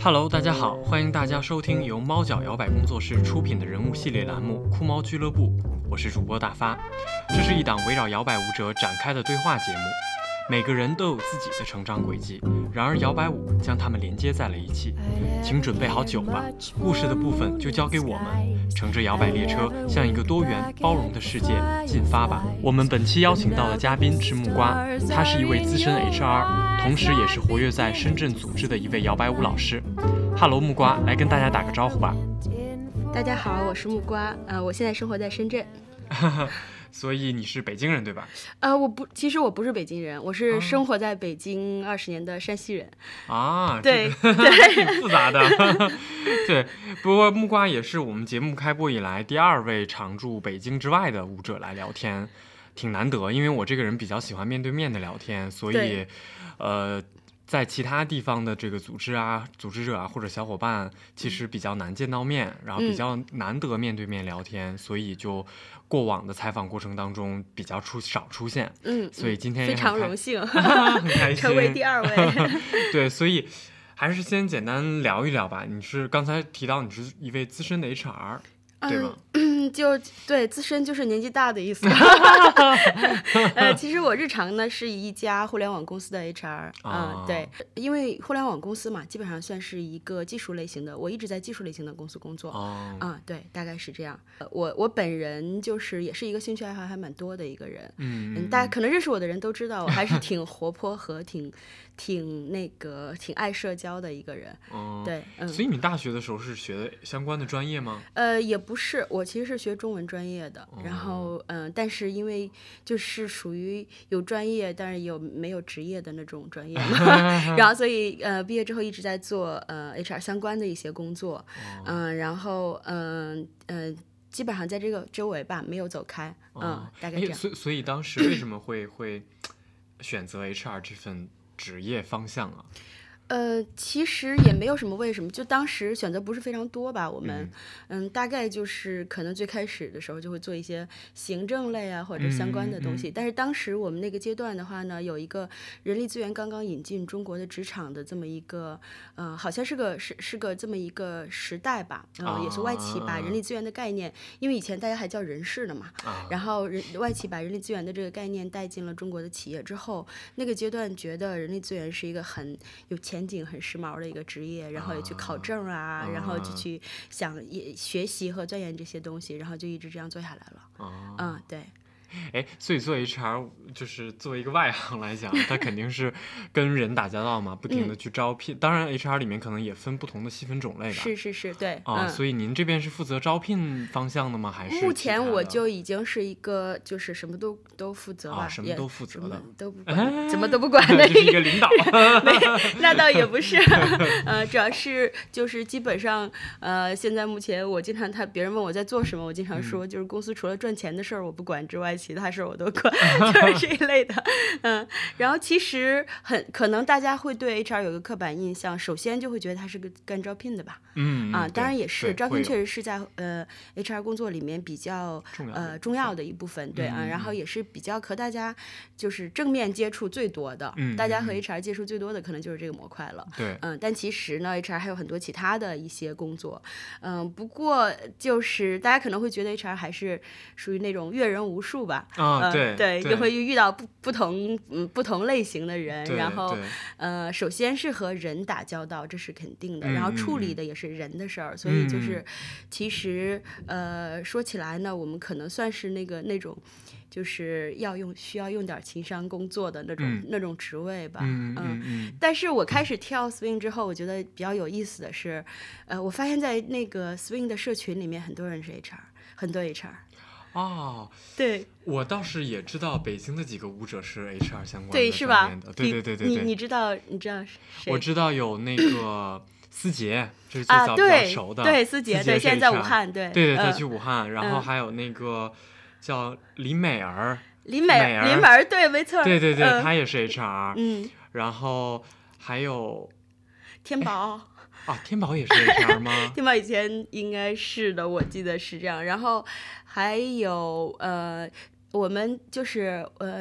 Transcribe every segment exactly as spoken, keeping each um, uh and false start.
Hello， 大家好，欢迎大家收听由猫脚摇摆工作室出品的人物系列栏目《酷猫俱乐部》，我是主播大发。这是一档围绕摇摆舞者展开的对话节目，每个人都有自己的成长轨迹，然而摇摆舞将他们连接在了一起。请准备好酒吧，故事的部分就交给我们，乘着摇摆列车向一个多元包容的世界进发吧。我们本期邀请到的嘉宾是木瓜，他是一位资深 H R， 同时也是活跃在深圳组织的一位摇摆舞老师。Hello， 木瓜，来跟大家打个招呼吧。 大家好，我是木瓜，呃，我现在生活在深圳。 所以你是北京人对吧？ 呃，我不，其实我不是北京人，我是生活在北京二十年的山西人。 啊， 对， 这个、对，挺复杂的。对，不过木瓜也是我们节目开播以来第二位常驻北京之外的舞者来聊天，挺难得。因为我这个人比较喜欢面对面的聊天，所以，呃。在其他地方的这个组织啊、组织者啊或者小伙伴，其实比较难见到面，然后比较难得面对面聊天，嗯、所以就过往的采访过程当中比较出少出现。嗯，所以今天也非常荣幸， 很开心成为第二位。 对，所以还是先简单聊一聊吧。你是刚才提到你是一位资深的 H R， 对吧？ 嗯，就对，资深就是年纪大的意思。呃，其实我日常呢是一家互联网公司的 H R， 嗯、呃，对，因为互联网公司嘛，基本上算是一个技术类型的，我一直在技术类型的公司工作。哦，嗯，对，大概是这样。我我本人就是也是一个兴趣爱好还蛮多的一个人。嗯嗯，大家可能认识我的人都知道，我还是挺活泼和挺挺那个挺爱社交的一个人。哦，对，嗯。 所以你大学的时候是学的相关的专业吗？ 呃，也不是，我其实是学中文专业的，然后嗯、呃，但是因为就是属于有专业，但是有没有职业的那种专业嘛，然后所以呃毕业之后一直在做呃 H R 相关的一些工作，嗯、呃，然后嗯嗯、呃，基本上在这个周围吧，没有走开，嗯、呃，大概这样。 所以所以当时为什么会会选择 H R 这份职业方向啊？ 呃，其实也没有什么为什么，就当时选择不是非常多吧。我们，嗯，嗯大概就是可能最开始的时候就会做一些行政类啊或者相关的东西。嗯嗯嗯、但是当时我们那个阶段的话呢，有一个人力资源刚刚引进中国的职场的这么一个，呃，好像是个是是个这么一个时代吧。呃、啊，也是外企把人力资源的概念，因为以前大家还叫人事呢嘛，啊、然后人外企把人力资源的这个概念带进了中国的企业之后，那个阶段觉得人力资源是一个很有前前景很时髦的一个职业，然后也去考证啊，啊然后就去想也学习和钻研这些东西，然后就一直这样做下来了。啊，嗯，对。 哎，所以做 H R 就是作为一个外行来讲，他肯定是跟人打交道嘛，不停的去招聘。嗯、当然 H R 里面可能也分不同的细分种类吧。 是是是，对。 啊、 嗯， 所以您这边是负责招聘方向的吗？还是目前我就已经是一个就是什么都都负责吧， 啊、什么都负责的， 都不管，哎、怎么都不管的就是一个领导。 没，那倒也不是，呃，主要是就是基本上呃，现在目前我经常他别人问我在做什么，我经常说、嗯、就是公司除了赚钱的事儿我不管之外，其他事儿我都管。就是这一类的，嗯，然后其实很可能大家会对 H R 有个刻板印象，首先就会觉得他是个干招聘的吧， 嗯啊，当然也是，招聘确实是在呃 H R 工作里面比较重要呃重要的一部分，对啊，嗯、然后也是比较和大家就是正面接触最多的，嗯，大家和 H R 接触最多的可能就是这个模块了， 对， 嗯，但其实呢 H R 还有很多其他的一些工作，嗯，不过就是大家可能会觉得 H R 还是属于那种阅人无数吧。 啊，对、 呃、对，就会遇到不不同嗯不同类型的人，然后呃，首先是和人打交道，这是肯定的， 嗯、 然后处理的也是人的事儿，嗯、所以就是其实呃说起来呢，我们可能算是那个那种就是要用需要用点情商工作的那种、嗯、那种职位吧， 嗯嗯嗯。 但是我开始跳 swing 之后，我觉得比较有意思的是，呃，我发现在那个 swing 的社群里面，很多人是 H R， 很多 H R。 哦， 对， 我倒是也知道北京的几个舞者是 H R 相关的， 对，是吧？ 对对对对对， 你你知道你知道谁？ 我知道有那个思杰，这是最早比较熟的， 啊、对, 对思杰，对，现在在武汉，对对对，在去武汉，嗯、然后还有那个叫李美儿， 李美儿，李美儿，对，没错， 对对对， 嗯、 她也是 H R， 嗯， 然后还有天宝。 啊，天宝也是 H R 吗？ 天宝以前应该是的，我记得是这样。然后还有呃，我们就是呃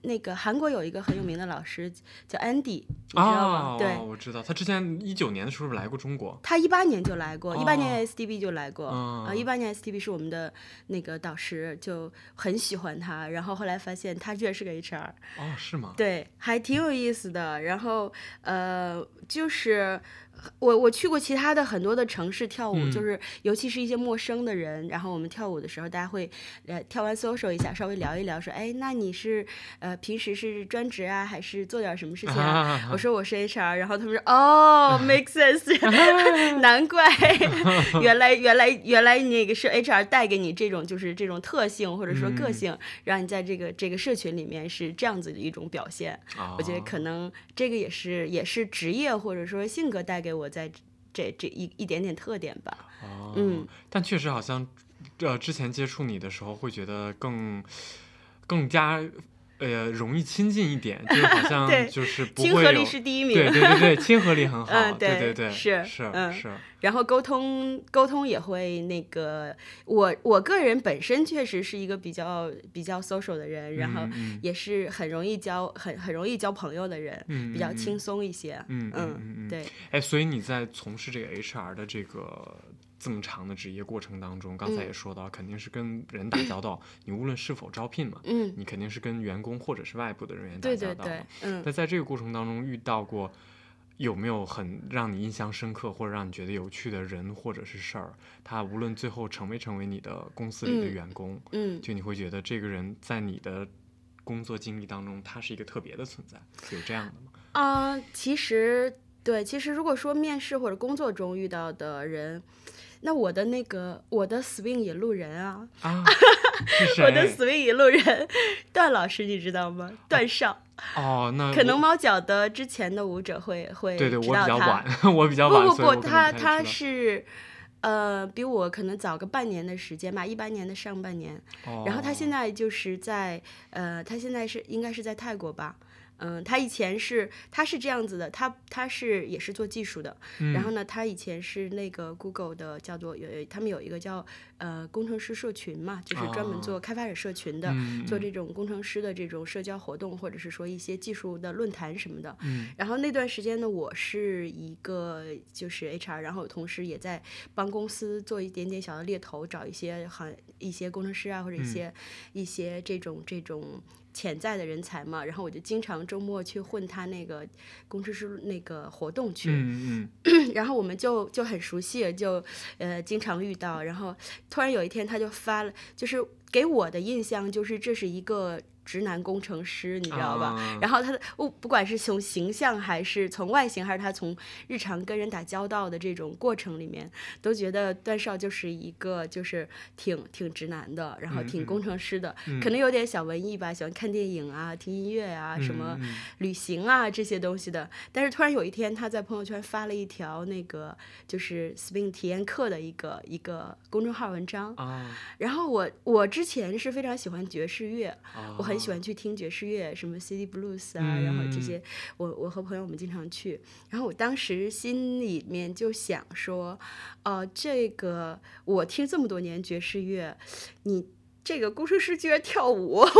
那个韩国有一个很有名的老师叫 Andy， 你知道吗？ 哦， 对， 我知道，他之前一九年的时候来过中国。 他一八年就来过，一八、 哦、 年 S D B 就来过， 啊、 嗯，一、呃、八年 S D B 是我们的那个导师，就很喜欢他，然后后来发现他居然是个 H R。 哦，是吗？ 对，还挺有意思的。然后呃，就是我我去过其他的很多的城市跳舞， 嗯、 就是尤其是一些陌生的人，然后我们跳舞的时候，大家会呃跳完 social 一下，稍微聊一聊，说，哎，那你是呃平时是专职啊，还是做点什么事情啊？啊我说我是 H R， 然后他们说哦，make sense， 难怪原来原来原来那个是 H R 带给你这种就是这种特性或者说个性，嗯、让你在这个这个社群里面是这样子的一种表现。 哦、 我觉得可能这个也是也是职业或者说性格带给我在这这一一点点特点吧。 哦， 嗯， 但确实好像呃之前接触你的时候会觉得更更加呃容易亲近一点，就是好像就是不会有亲和力是第一名， 对对对对，亲和力很好， 嗯， 对对对， 是是、 嗯、 是。 然后沟通沟通也会那个，我我个人本身确实是一个比较比较 social 的人，然后也是很容易交很很容易交朋友的人， 嗯、 比较轻松一些， 嗯嗯嗯嗯， 对。 哎，所以你在从事这个 H R 的这个这么长的职业过程当中，刚才也说到，嗯、肯定是跟人打交道，你无论是否招聘嘛， 嗯， 你肯定是跟员工或者是外部的人员打交道， 对对对，嗯。 那在这个过程当中遇到过有没有很让你印象深刻或者让你觉得有趣的人或者是事儿？他无论最后成没成为你的公司里的员工， 嗯， 就你会觉得这个人在你的工作经历当中，他是一个特别的存在，有这样的吗？啊、 呃，其实对，其实如果说面试或者工作中遇到的人，那我的那个我的 swing 引路人啊， 啊是谁？ 我的 swing 引路人段老师，你知道吗？段少。 哦，那可能猫脚的之前的舞者会会对对， 知道他。 我比较晚，我比较晚。 不不不，他他是呃比我可能早个半年的时间吧，一八年的上半年。 哦、 然后他现在就是在呃，他现在是应该是在泰国吧。嗯，他以前是他是这样子的，他他是也是做技术的， 嗯、 然后呢，他以前是那个 Google 的叫做有他们有一个叫呃工程师社群嘛，就是专门做开发者社群的， 哦、 做这种工程师的这种社交活动，或者是说一些技术的论坛什么的。 嗯， 然后那段时间呢，我是一个就是 H R， 然后同时也在帮公司做一点点小的猎头，找一些好一些工程师啊，或者一些、嗯、一些这种这种。潜在的人才嘛，然后我就经常周末去混他那个工程师那个活动去， 嗯嗯， 然后我们就就很熟悉，就呃经常遇到，然后突然有一天他就发了，就是给我的印象就是这是一个直男工程师，你知道吧？ 啊、 然后他的不不管是从形象还是从外形，还是他从日常跟人打交道的这种过程里面，都觉得段少就是一个就是挺挺直男的，然后挺工程师的， 嗯、 可能有点小文艺吧，喜欢看电影啊、听音乐啊、 嗯、 什么旅行啊这些东西的。但是突然有一天，他在朋友圈发了一条那个就是 Swing 体验课的一个一个公众号文章， 啊、 然后我我之前是非常喜欢爵士乐， 啊、 我很喜欢去听爵士乐，什么 City Blues 啊， 嗯、 然后这些我我和朋友们经常去，然后我当时心里面就想说，呃，这个我听这么多年爵士乐，你这个工程师居然跳舞，我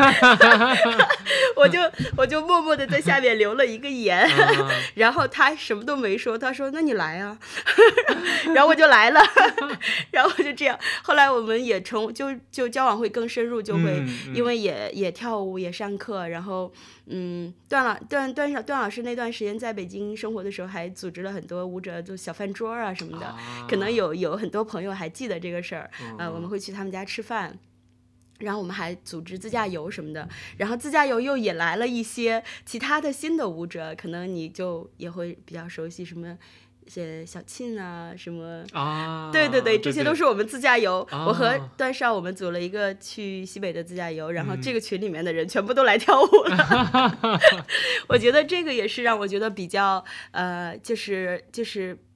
我就我就默默的在下面留了一个言，啊、然后他什么都没说，他说那你来啊，然后我就来了，然后就这样，后来我们也成就就交往会更深入，就会、 嗯、 因为也也跳舞也上课，然后嗯段老段段段老师那段时间在北京生活的时候，还组织了很多舞者做小饭桌啊什么的， 啊、 可能有有很多朋友还记得这个事儿， 嗯、 呃，我们会去他们家吃饭。然后我们还组织自驾游什么的，然后自驾游又引来了一些其他的新的舞者，可能你就也会比较熟悉什么些小沁啊什么啊， 对对对，这些都是我们自驾游。 啊、 我和段少我们组了一个去西北的自驾游，然后这个群里面的人全部都来跳舞了。嗯、我觉得这个也是让我觉得比较呃，就是就是。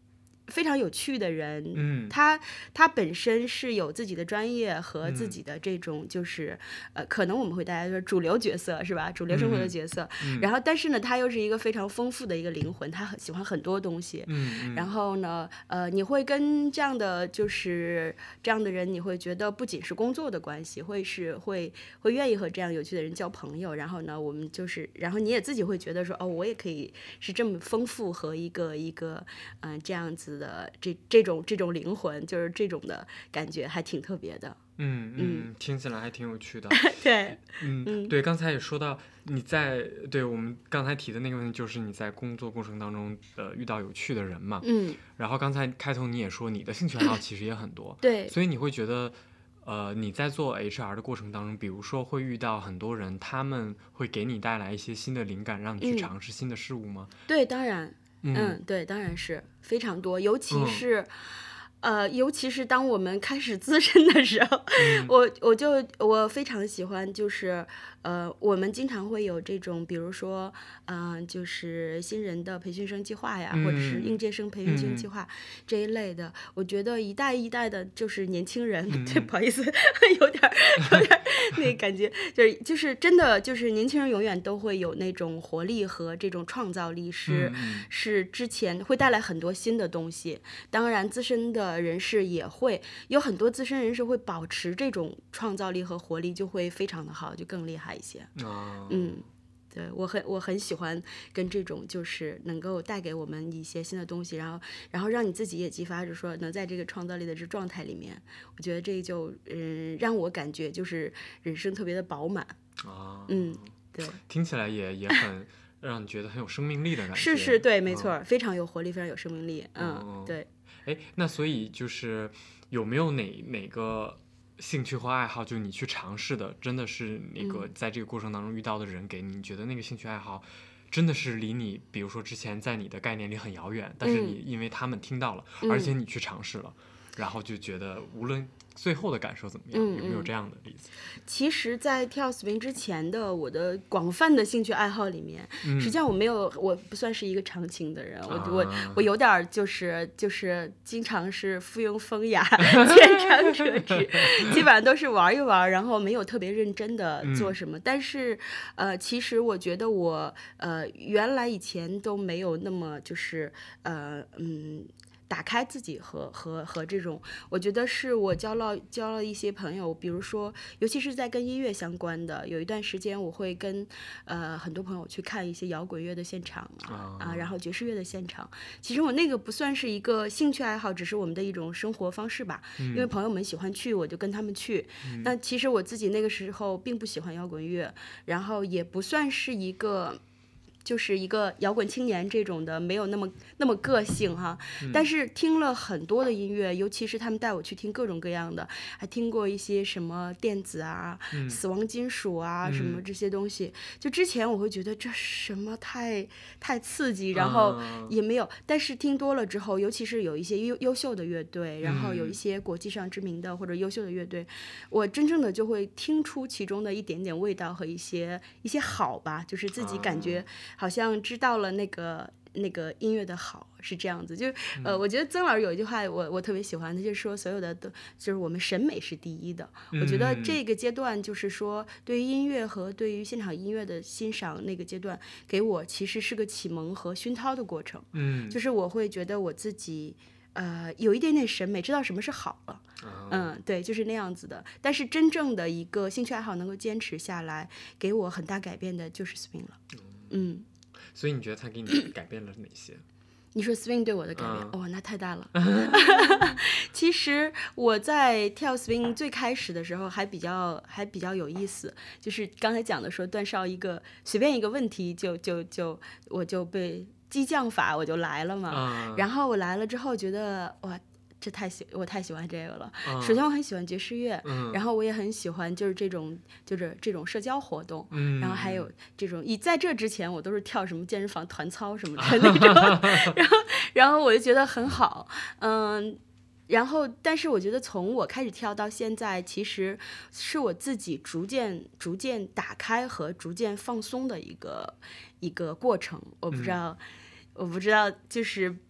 非常有趣的人， 嗯， 他他本身是有自己的专业和自己的这种就是、嗯、呃，可能我们会大家说主流角色是吧？主流生活的角色， 嗯、 然后但是呢，他又是一个非常丰富的一个灵魂，他很喜欢很多东西， 嗯嗯、 然后呢，呃，你会跟这样的就是这样的人，你会觉得不仅是工作的关系，会是会会愿意和这样有趣的人交朋友，然后呢，我们就是然后你也自己会觉得说，哦，我也可以是这么丰富和一个一个嗯、呃、这样子的这这种这种灵魂，就是这种的感觉还挺特别的。 嗯嗯，听起来还挺有趣的。 对， 嗯， 嗯对，刚才也说到你在对我们刚才提的那个问题，就是你在工作过程当中呃遇到有趣的人嘛。 嗯， 然后刚才开头你也说你的兴趣爱好其实也很多， 对， 所以你会觉得呃你在做 H R 的过程当中，比如说会遇到很多人，他们会给你带来一些新的灵感，让你去尝试新的事物吗？ 嗯、对，当然， 嗯, 嗯，对，当然是非常多，尤其是。嗯呃，尤其是当我们开始资深的时候， 嗯、 我我就我非常喜欢，就是呃，我们经常会有这种，比如说，嗯、呃，就是新人的培训生计划呀， 嗯、 或者是应届生培训生计划、嗯、这一类的。我觉得一代一代的，就是年轻人， 嗯、 对，不好意思，有点有点那感觉，就是就是真的就是年轻人永远都会有那种活力和这种创造力是，是、 嗯、 是之前会带来很多新的东西。当然，资深的人士也会有很多资深人士会保持这种创造力和活力，就会非常的好，就更厉害一些。 哦、 嗯，对，我很我很喜欢跟这种就是能够带给我们一些新的东西，然后然后让你自己也激发着说能在这个创造力的这状态里面，我觉得这就嗯让我感觉就是人生特别的饱满。 哦、 嗯，对， 听起来也也很让你觉得很有生命力的感觉。 是是，对，没错、嗯，非常有活力，非常有生命力。嗯， 嗯对。 哎，那所以就是有没有哪哪个兴趣或爱好，就你去尝试的，真的是那个在这个过程当中遇到的人给你，你觉得那个兴趣爱好真的是离你，比如说之前在你的概念里很遥远，但是你因为他们听到了， 嗯、 而且你去尝试了，然后就觉得无论最后的感受怎么样， 嗯、 有没有这样的例子？ 其实在跳 swing 之前的我的广泛的兴趣爱好里面、嗯、实际上我没有，我不算是一个长情的人，我、啊、我我有点就是就是经常是附庸风雅见长者止基本上都是玩一玩，然后没有特别认真的做什么、嗯、但是呃其实我觉得我呃原来以前都没有那么就是呃嗯打开自己和和和这种，我觉得是我交了交了一些朋友，比如说，尤其是在跟音乐相关的，有一段时间我会跟呃很多朋友去看一些摇滚乐的现场啊、uh. 啊，然后爵士乐的现场。其实我那个不算是一个兴趣爱好，只是我们的一种生活方式吧。嗯、因为朋友们喜欢去，我就跟他们去。嗯、那其实我自己那个时候并不喜欢摇滚乐，然后也不算是一个。就是一个摇滚青年这种的，没有那么那么个性哈、嗯，但是听了很多的音乐，尤其是他们带我去听各种各样的，还听过一些什么电子啊、嗯、死亡金属啊、嗯、什么这些东西。就之前我会觉得这什么太太刺激，然后也没有、啊，但是听多了之后，尤其是有一些优优秀的乐队，然后有一些国际上知名的或者优秀的乐队，嗯、我真正的就会听出其中的一点点味道和一些一些好吧，就是自己感觉。啊好像知道了那个那个音乐的好是这样子，就呃，我觉得曾老师有一句话我我特别喜欢，他就是说所有的都就是我们审美是第一的。嗯、我觉得这个阶段就是说，对于音乐和对于现场音乐的欣赏那个阶段，给我其实是个启蒙和熏陶的过程。嗯，就是我会觉得我自己。呃，有一点点审美，知道什么是好了，嗯，对，就是那样子的。但是真正的一个兴趣爱好能够坚持下来，给我很大改变的就是 swing 了，嗯。 所以你觉得它给你改变了哪些？ 你说 swing 对我的改变，哦、 嗯 ，oh, 那太大了。其实我在跳 swing 最开始的时候还比较还比较有意思，就是刚才讲的说段少一个随便一个问题就就就我就被。激将法我就来了嘛、嗯，然后我来了之后觉得哇，这太喜我太喜欢这个了。嗯、首先我很喜欢爵士乐、嗯，然后我也很喜欢就是这种就是这种社交活动，嗯、然后还有这种以在这之前我都是跳什么健身房团操什么的那种，然后然后我就觉得很好，嗯。然后，但是我觉得从我开始跳到现在，其实是我自己逐渐、逐渐打开和逐渐放松的一个一个过程。我不知道，嗯、我不知道，就是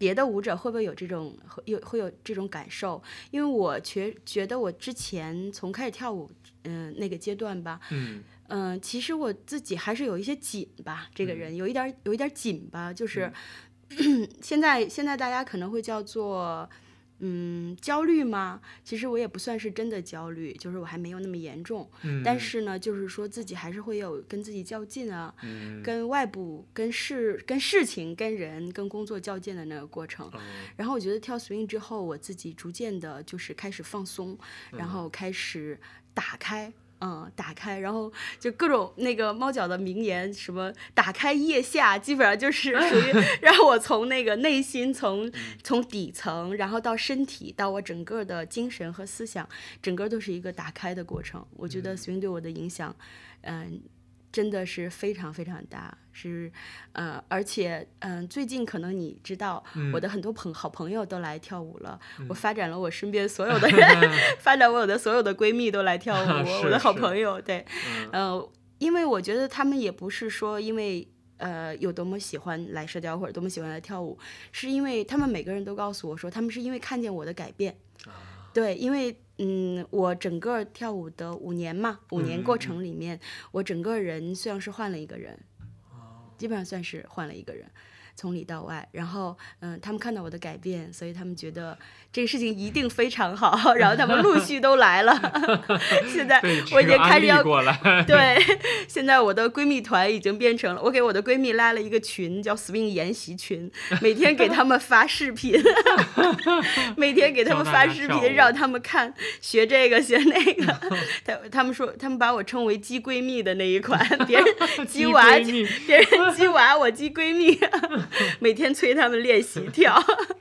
别的舞者会不会有这种有会有这种感受？因为我觉觉得我之前从开始跳舞，嗯、呃，那个阶段吧， 嗯嗯、呃，其实我自己还是有一些紧吧，这个人、嗯、有一点有一点紧吧，就是、嗯、现在现在大家可能会叫做。嗯，焦虑吗？其实我也不算是真的焦虑，就是我还没有那么严重。 嗯， 但是呢，就是说自己还是会有跟自己较劲啊， 嗯， 跟外部、跟事、跟事情、跟人、跟工作较劲的那个过程。 嗯、 然后我觉得跳 swing 之后，我自己逐渐的就是开始放松，然后开始打开。嗯，打开，然后就各种那个猫脚的名言，什么打开腋下，基本上就是属于让我从那个内心从，从从底层，然后到身体，到我整个的精神和思想，整个都是一个打开的过程。我觉得 swing 对我的影响，嗯、呃，真的是非常非常大。是，呃，而且，嗯、呃，最近可能你知道， 嗯、 我的很多朋好朋友都来跳舞了， 嗯、 我发展了我身边所有的人，发展我有的所有的闺蜜都来跳舞，我的好朋友，对， 嗯、 呃，因为我觉得他们也不是说因为呃有多么喜欢来社交或者多么喜欢来跳舞，是因为他们每个人都告诉我说，他们是因为看见我的改变， 啊、 对，因为。嗯，我整个跳舞的五年嘛，五年过程里面，嗯、我整个人虽然是换了一个人，基本上算是换了一个人，从里到外。然后，嗯，他们看到我的改变，所以他们觉得这个事情一定非常好，然后他们陆续都来了。现在我已经开始要对，现在我的闺蜜团已经变成了，我给我的闺蜜拉了一个群，叫 swing 研习群，每天给他们发视频，每天给他们发视频，让他们看学这个学那个。他他们说，他们把我称为鸡闺蜜的那一款，别人鸡娃，别人鸡娃，我鸡闺蜜，每天催他们练习跳。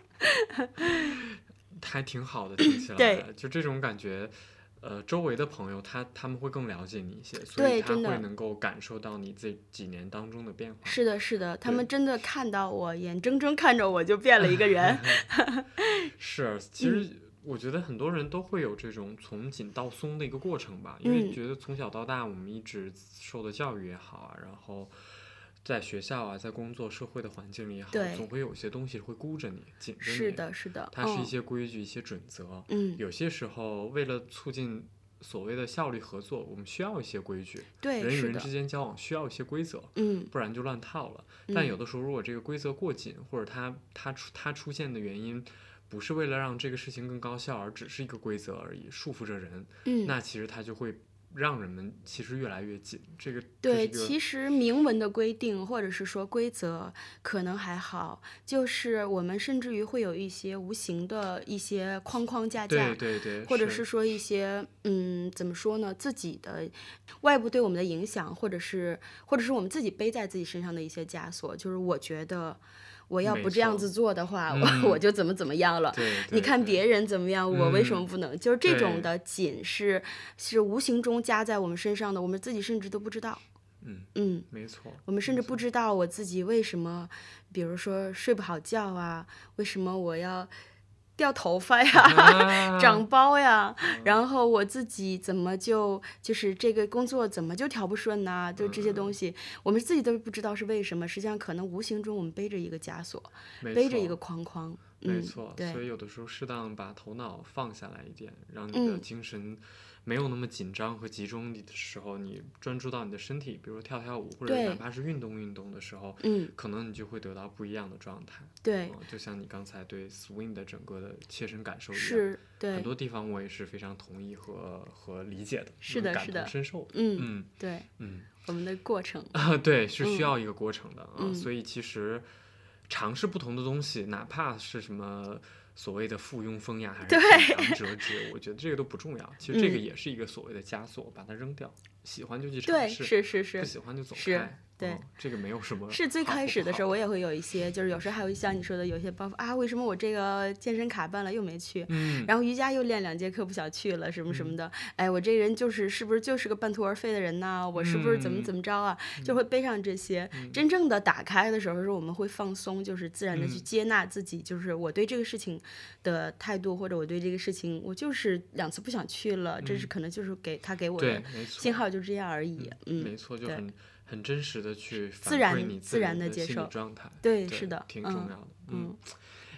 还挺好的，听起来， 对， 就这种感觉，呃，周围的朋友他他们会更了解你一些，所以他会能够感受到你这几年当中的变化。 是的，是的，他们真的看到我，眼睁睁看着我就变了一个人。 是，其实我觉得很多人都会有这种从紧到松的一个过程吧，因为觉得从小到大我们一直受的教育也好啊，然后。在学校啊，在工作社会的环境里也好，总会有些东西会箍着你，紧着你。 是的，是的。 它是一些规矩、嗯、一些准则。 嗯。 有些时候，为了促进所谓的效率合作，我们需要一些规矩。 对， 人与人之间交往需要一些规则。 嗯。 不然就乱套了。嗯、但有的时候，如果这个规则过紧，或者它它出它出现的原因不是为了让这个事情更高效，而只是一个规则而已，束缚着人。 嗯。 那其实它就会。让人们其实越来越紧，这个对， 这其实明文的规定或者是说规则可能还好，就是我们甚至于会有一些无形的一些框框架架， 对对对， 或者是说一些嗯怎么说呢，自己的外部对我们的影响，或者是或者是我们自己背在自己身上的一些枷锁，就是我觉得。我要不这样子做的话，我我就怎么怎么样了。 对， 你看别人怎么样， 嗯、 我为什么不能？就是这种的紧是是无形中加在我们身上的，我们自己甚至都不知道。 嗯嗯， 没错。 我们甚至不知道我自己为什么，比如说睡不好觉啊，为什么我要。掉头发呀，啊、长包呀，嗯、然后我自己怎么就就是这个工作怎么就调不顺呢、啊？就这些东西，嗯、我们自己都不知道是为什么。实际上，可能无形中我们背着一个枷锁，背着一个框框。 没错， 嗯、 所以有的时候适当把头脑放下来一点，让你的精神。没有那么紧张和集中的时候，你专注到你的身体，比如说跳跳舞，或者哪怕是运动运动的时候， 嗯， 可能你就会得到不一样的状态。 对、 嗯，就像你刚才对 swing 的整个的切身感受一样， 是，对， 很多地方我也是非常同意和和理解的， 是的，是的， 感同身受的。 嗯嗯， 对， 嗯， 我们的过程啊，对，是需要一个过程的、 嗯、 啊，所以其实尝试不同的东西，哪怕是什么。所谓的附庸风雅还是浅尝辄止，我觉得这个都不重要。其实这个也是一个所谓的枷锁，嗯、把它扔掉。喜欢就去尝试， 是是是， 不喜欢就走开。 对、 哦，这个没有什么。 是最开始的时候，我也会有一些，就是有时候还有像你说的，有一些包袱啊，为什么我这个健身卡办了又没去？ 嗯。 然后瑜伽又练两节课不想去了，什么什么的。嗯、哎，我这人就是是不是就是个半途而废的人呢？我是不是怎么怎么着啊？ 嗯、 就会背上这些。 嗯、 真正的打开的时候，是我们会放松，就是自然的去接纳自己，嗯、就是我对这个事情的态度，或者我对这个事情，我就是两次不想去了，嗯、这是可能就是给他给我的信号，就这样而已。嗯， 没错，就很。很真实的去自然你自然的接受状态， 对， 对是的， 挺重要的。 嗯，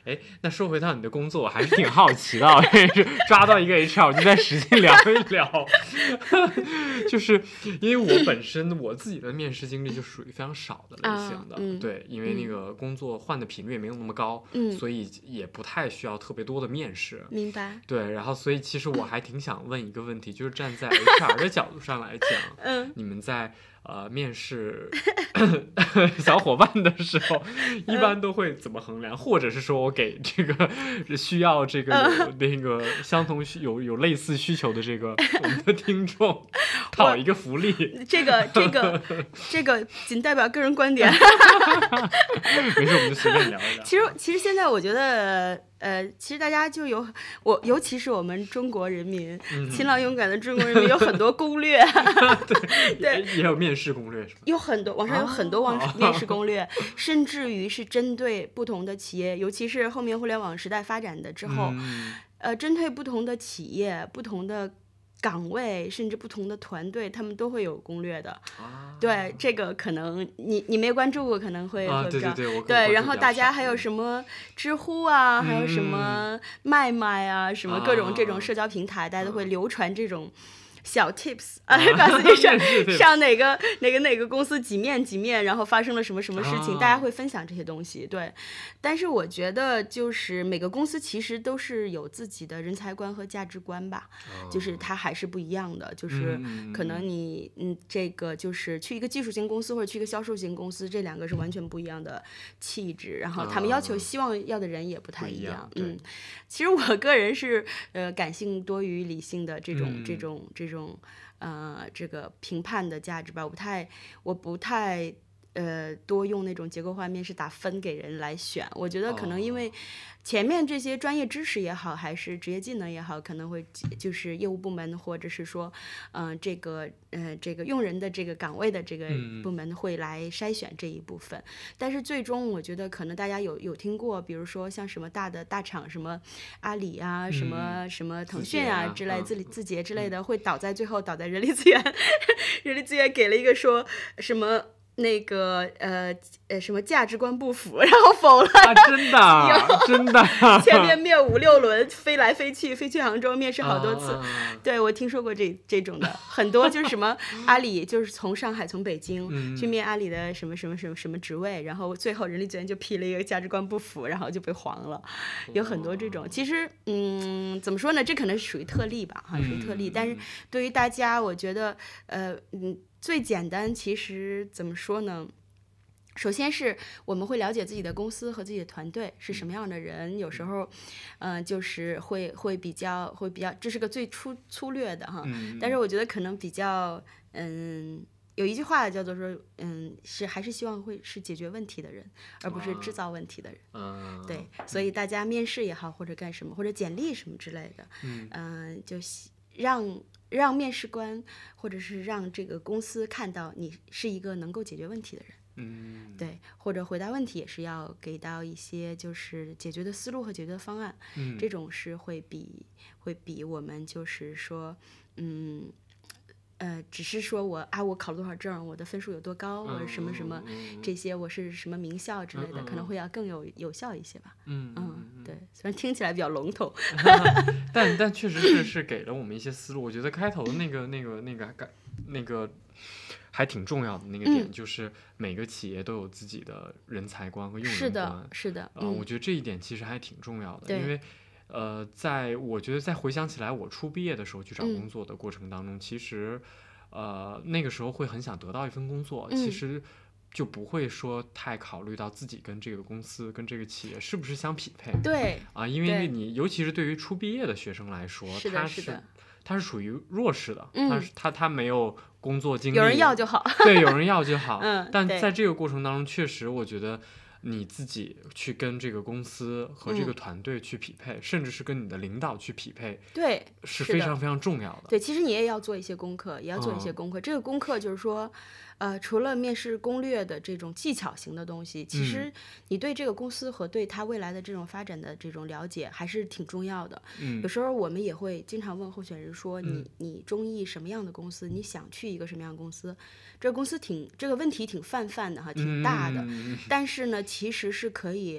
哎，那说回到你的工作，我还是挺好奇的，是抓到一个 H R 我就在使劲聊一聊，就是因为我本身我自己的面试经历就属于非常少的类型的，啊嗯、对，因为那个工作换的频率也没有那么高，嗯，所以也不太需要特别多的面试， 明白？ 对，然后所以其实我还挺想问一个问题，就是站在 H R 的角度上来讲，嗯，你们在。呃，面试小伙伴的时候，一般都会怎么衡量？或者是说我给这个需要这个有那个相同需有有类似需求的这个我们的听众讨一个福利？ 这个这个这个仅代表个人观点。 没事，我们就随便聊一聊。 其实其实现在我觉得。呃，其实大家就有我，尤其是我们中国人民，嗯、勤劳勇敢的中国人民有很多攻略， 对，对也，也有面试攻略是吧？ 有很多，网上有很多网面试攻略，哦、甚至于是针对不同的企业，尤其是后面互联网时代发展的之后，嗯、呃，针对不同的企业、不同的岗位，甚至不同的团队，他们都会有攻略的。啊、对，这个可能你你没关注过，可能会啊， 会对对对，我对。然后大家还有什么知乎啊，嗯、还有什么麦麦啊，什么各种这种社交平台，啊、大家都会流传这种。小 tips 啊，告诉你上上哪个哪个哪个公司几面几面，然后发生了什么什么事情，啊、大家会分享这些东西。对，但是我觉得就是每个公司其实都是有自己的人才观和价值观吧，哦、就是它还是不一样的。就是可能你嗯这个就是去一个技术型公司或者去一个销售型公司，这两个是完全不一样的气质，然后他们要求希望要的人也不太一样。 一样嗯，其实我个人是呃感性多于理性的这种、嗯、这种这种。这种呃，这个评判的价值吧，我不太，我不太呃多用那种结构化面试打分给人来选。我觉得可能因为前面这些专业知识也好，还是职业技能也好，可能会就是业务部门或者是说，嗯、呃，这个呃这个用人的这个岗位的这个部门会来筛选这一部分。嗯、但是最终我觉得可能大家有有听过，比如说像什么大的大厂，什么阿里啊，什么、嗯、什么腾讯啊之类，字字节之类的，会倒在最后倒在人力资源，人力资源给了一个说什么。那个呃呃什么价值观不符，然后否了， 啊、真的真的， 前面面五六轮飞来飞去，飞去杭州面试好多次，啊、对我听说过这这种的很多，就是什么阿里就是从上海从北京、嗯、去面阿里的什么什么什么什么职位，然后最后人力资源就批了一个价值观不符，然后就被黄了，有很多这种。其实嗯怎么说呢，这可能是属于特例吧，哈，属于特例，嗯、但是对于大家，我觉得呃嗯。最简单，其实怎么说呢？首先是我们会了解自己的公司和自己的团队是什么样的人，有时候，嗯、呃，就是会会比较会比较，这是个最粗粗略的哈。嗯、但是我觉得可能比较，嗯，有一句话叫做说，嗯，是还是希望会是解决问题的人，而不是制造问题的人。 啊、 对，所以大家面试也好，或者干什么，或者简历什么之类的， 嗯、 呃，就让。让面试官或者是让这个公司看到你是一个能够解决问题的人， 嗯， 对，或者回答问题也是要给到一些就是解决的思路和解决的方案， 嗯， 这种是会比会比我们就是说，嗯。呃，只是说我啊，我考了多少证，我的分数有多高，我、嗯、什么什么、嗯、这些，我是什么名校之类的，嗯、可能会要更有有效一些吧。 嗯嗯，对，虽然听起来比较笼统， 但但确实是是给了我们一些思路。我觉得开头的那个那个那个那个还挺重要的那个点，嗯、就是每个企业都有自己的人才观和用人观。 是的，是的。 呃、嗯，我觉得这一点其实还挺重要的，因为。呃，在我觉得在回想起来，我初毕业的时候去找工作的过程当中，嗯、其实，呃，那个时候会很想得到一份工作， 嗯、 其实就不会说太考虑到自己跟这个公司、跟这个企业是不是相匹配。 对。 啊，因为你尤其是对于初毕业的学生来说， 是他是是他是属于弱势的， 嗯、 他是他他没有工作经历， 有人要就好。 对，有人要就好。 嗯， 但在这个过程当中，确实我觉得。你自己去跟这个公司和这个团队去匹配，嗯、甚至是跟你的领导去匹配， 对， 是非常非常重要的。 对，其实你也要做一些功课，也要做一些功课。嗯、这个功课就是说，呃，除了面试攻略的这种技巧型的东西，其实你对这个公司和对它未来的这种发展的这种了解还是挺重要的。 嗯， 有时候我们也会经常问候选人说，你、嗯、你中意什么样的公司？你想去一个什么样的公司？这个公司挺这个问题挺泛泛的哈，挺大的， 嗯、 但是呢，其实是可以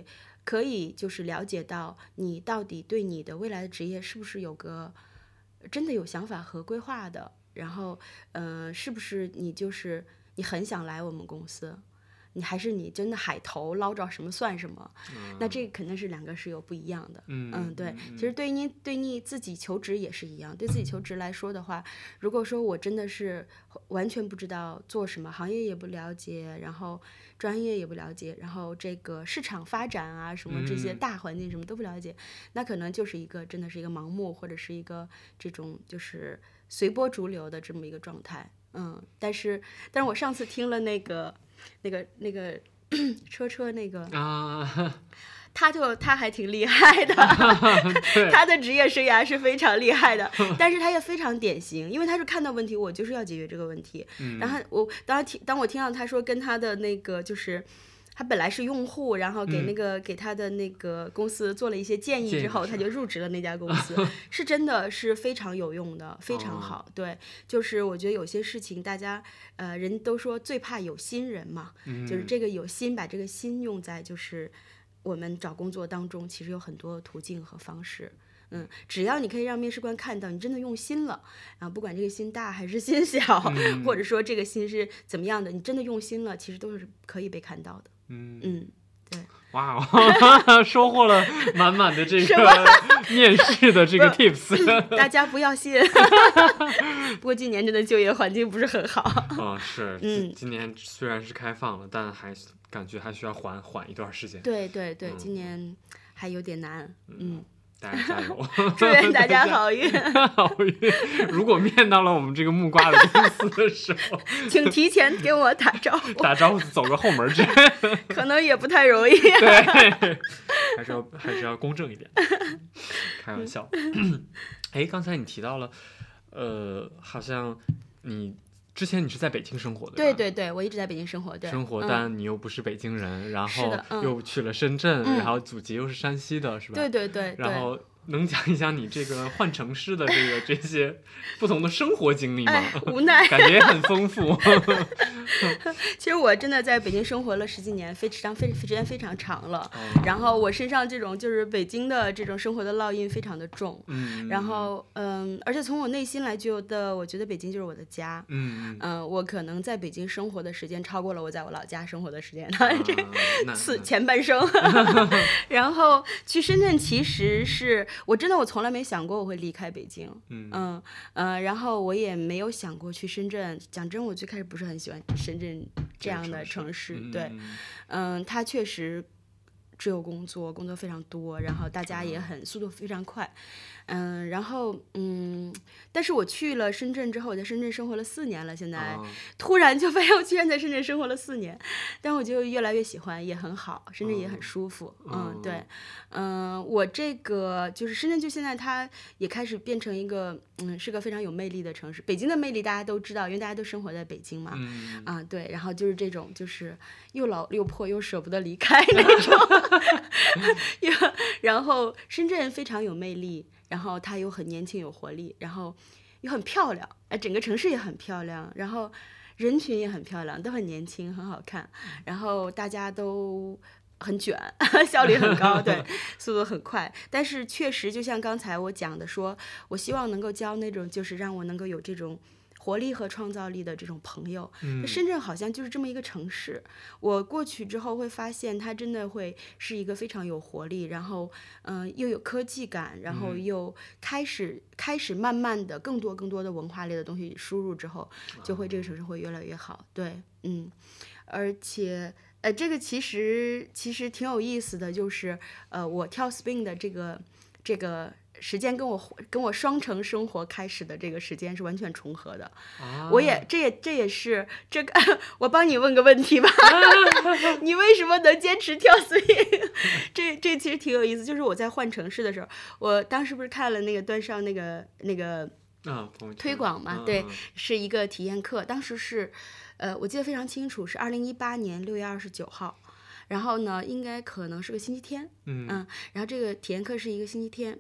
可以就是了解到你到底对你的未来的职业是不是有个真的有想法和规划的，然后嗯、呃，是不是你就是你很想来我们公司，你还是你真的海投捞着什么算什么，嗯、那这肯定是两个是有不一样的。 嗯嗯，对， 嗯其实对你对你自己求职也是一样，对自己求职来说的话，如果说我真的是完全不知道做什么，行业也不了解，然后专业也不了解，然后这个市场发展啊什么这些大环境什么都不了解，嗯、那可能就是一个真的是一个盲目或者是一个这种就是随波逐流的这么一个状态。嗯，但是但是我上次听了那个那个那个车车那个啊， 他就他还挺厉害的他的职业生涯是非常厉害的，但是他也非常典型，因为他是看到问题，我就是要解决这个问题。嗯、然后我当听当我听到他说跟他的那个就是他本来是用户，然后给那个、嗯、给他的那个公司做了一些建议之后，他就入职了那家公司，是真的是非常有用的，非常好。哦、对，就是我觉得有些事情大家呃人都说最怕有心人嘛，嗯、就是这个有心，把这个心用在就是我们找工作当中，其实有很多途径和方式。嗯，只要你可以让面试官看到你真的用心了，啊，不管这个心大还是心小，嗯、或者说这个心是怎么样的，你真的用心了，其实都是可以被看到的。嗯嗯，对， 哇哦，收获了满满的这个面试的这个 tips。 大家不要信。不过今年真的就业环境不是很好。 哦，是，嗯，今年虽然是开放了，但还感觉还需要缓缓一段时间。 对对对，嗯、今年还有点难。嗯。嗯， 大家加油！ 祝愿大家好运。 好运！如果面到了我们这个木瓜的公司的时候， 请提前给我打招呼。 打招呼，走个后门去。 可能也不太容易。 对，还是要还是要公正一点。开玩笑。哎，刚才你提到了，呃，好像你之前你是在北京生活的。 对对对，我一直在北京生活。对， 生活， 嗯、 但你又不是北京人，然后嗯、 又去了深圳， 嗯、 然后祖籍又是山西的，是吧？ 对对对。 然后能讲一讲你这个换城市的这个这些不同的生活经历吗？ 哎、无奈， 感觉也很丰富。 其实我真的在北京生活了十几年，非常非时间非常长了。哦、然后我身上这种就是北京的这种生活的烙印非常的重。嗯。然后嗯，而且从我内心来觉得，我觉得北京就是我的家。嗯嗯、呃。我可能在北京生活的时间超过了我在我老家生活的时间，啊、这次前半生。然后去深圳其实是。我真的我从来没想过我会离开北京。嗯嗯、呃、然后我也没有想过去深圳。讲真，我最开始不是很喜欢深圳这样的城市。嗯、对，嗯，它确实只有工作，工作非常多，然后大家也很速度非常快。嗯，然后嗯，但是我去了深圳之后，我在深圳生活了四年了，现在、哦、突然就发现我居然在深圳生活了四年，但我就越来越喜欢，也很好，深圳也很舒服。哦、嗯，对，嗯，我这个就是深圳，就现在它也开始变成一个嗯，是个非常有魅力的城市。北京的魅力大家都知道，因为大家都生活在北京嘛。嗯啊，对，然后就是这种，就是又老又破又舍不得离开那种。然后深圳非常有魅力。然后它又很年轻有活力，然后又很漂亮，哎，整个城市也很漂亮，然后人群也很漂亮，都很年轻，很好看，然后大家都很卷，效率很高，对，速度很快。但是确实，就像刚才我讲的说，我希望能够交那种，就是让我能够有这种活力和创造力的这种朋友。嗯、深圳好像就是这么一个城市，我过去之后会发现它真的会是一个非常有活力，然后嗯、呃、又有科技感，然后又开始、嗯、开始慢慢的更多更多的文化类的东西输入之后，就会这个城市会越来越好。对，嗯，而且呃这个其实其实挺有意思的，就是呃我跳 spin 的这个这个。时间跟我跟我双城生活开始的这个时间是完全重合的。啊、我也这也这也是这个，我帮你问个问题吧，啊、你为什么能坚持跳 swing？ 这这其实挺有意思，就是我在换城市的时候，我当时不是看了那个端上那个那个推广嘛，啊、对，是一个体验课，当时是呃我记得非常清楚，是二零一八年六月二十九号。然后呢，应该可能是个星期天，嗯, 嗯然后这个体验课是一个星期天。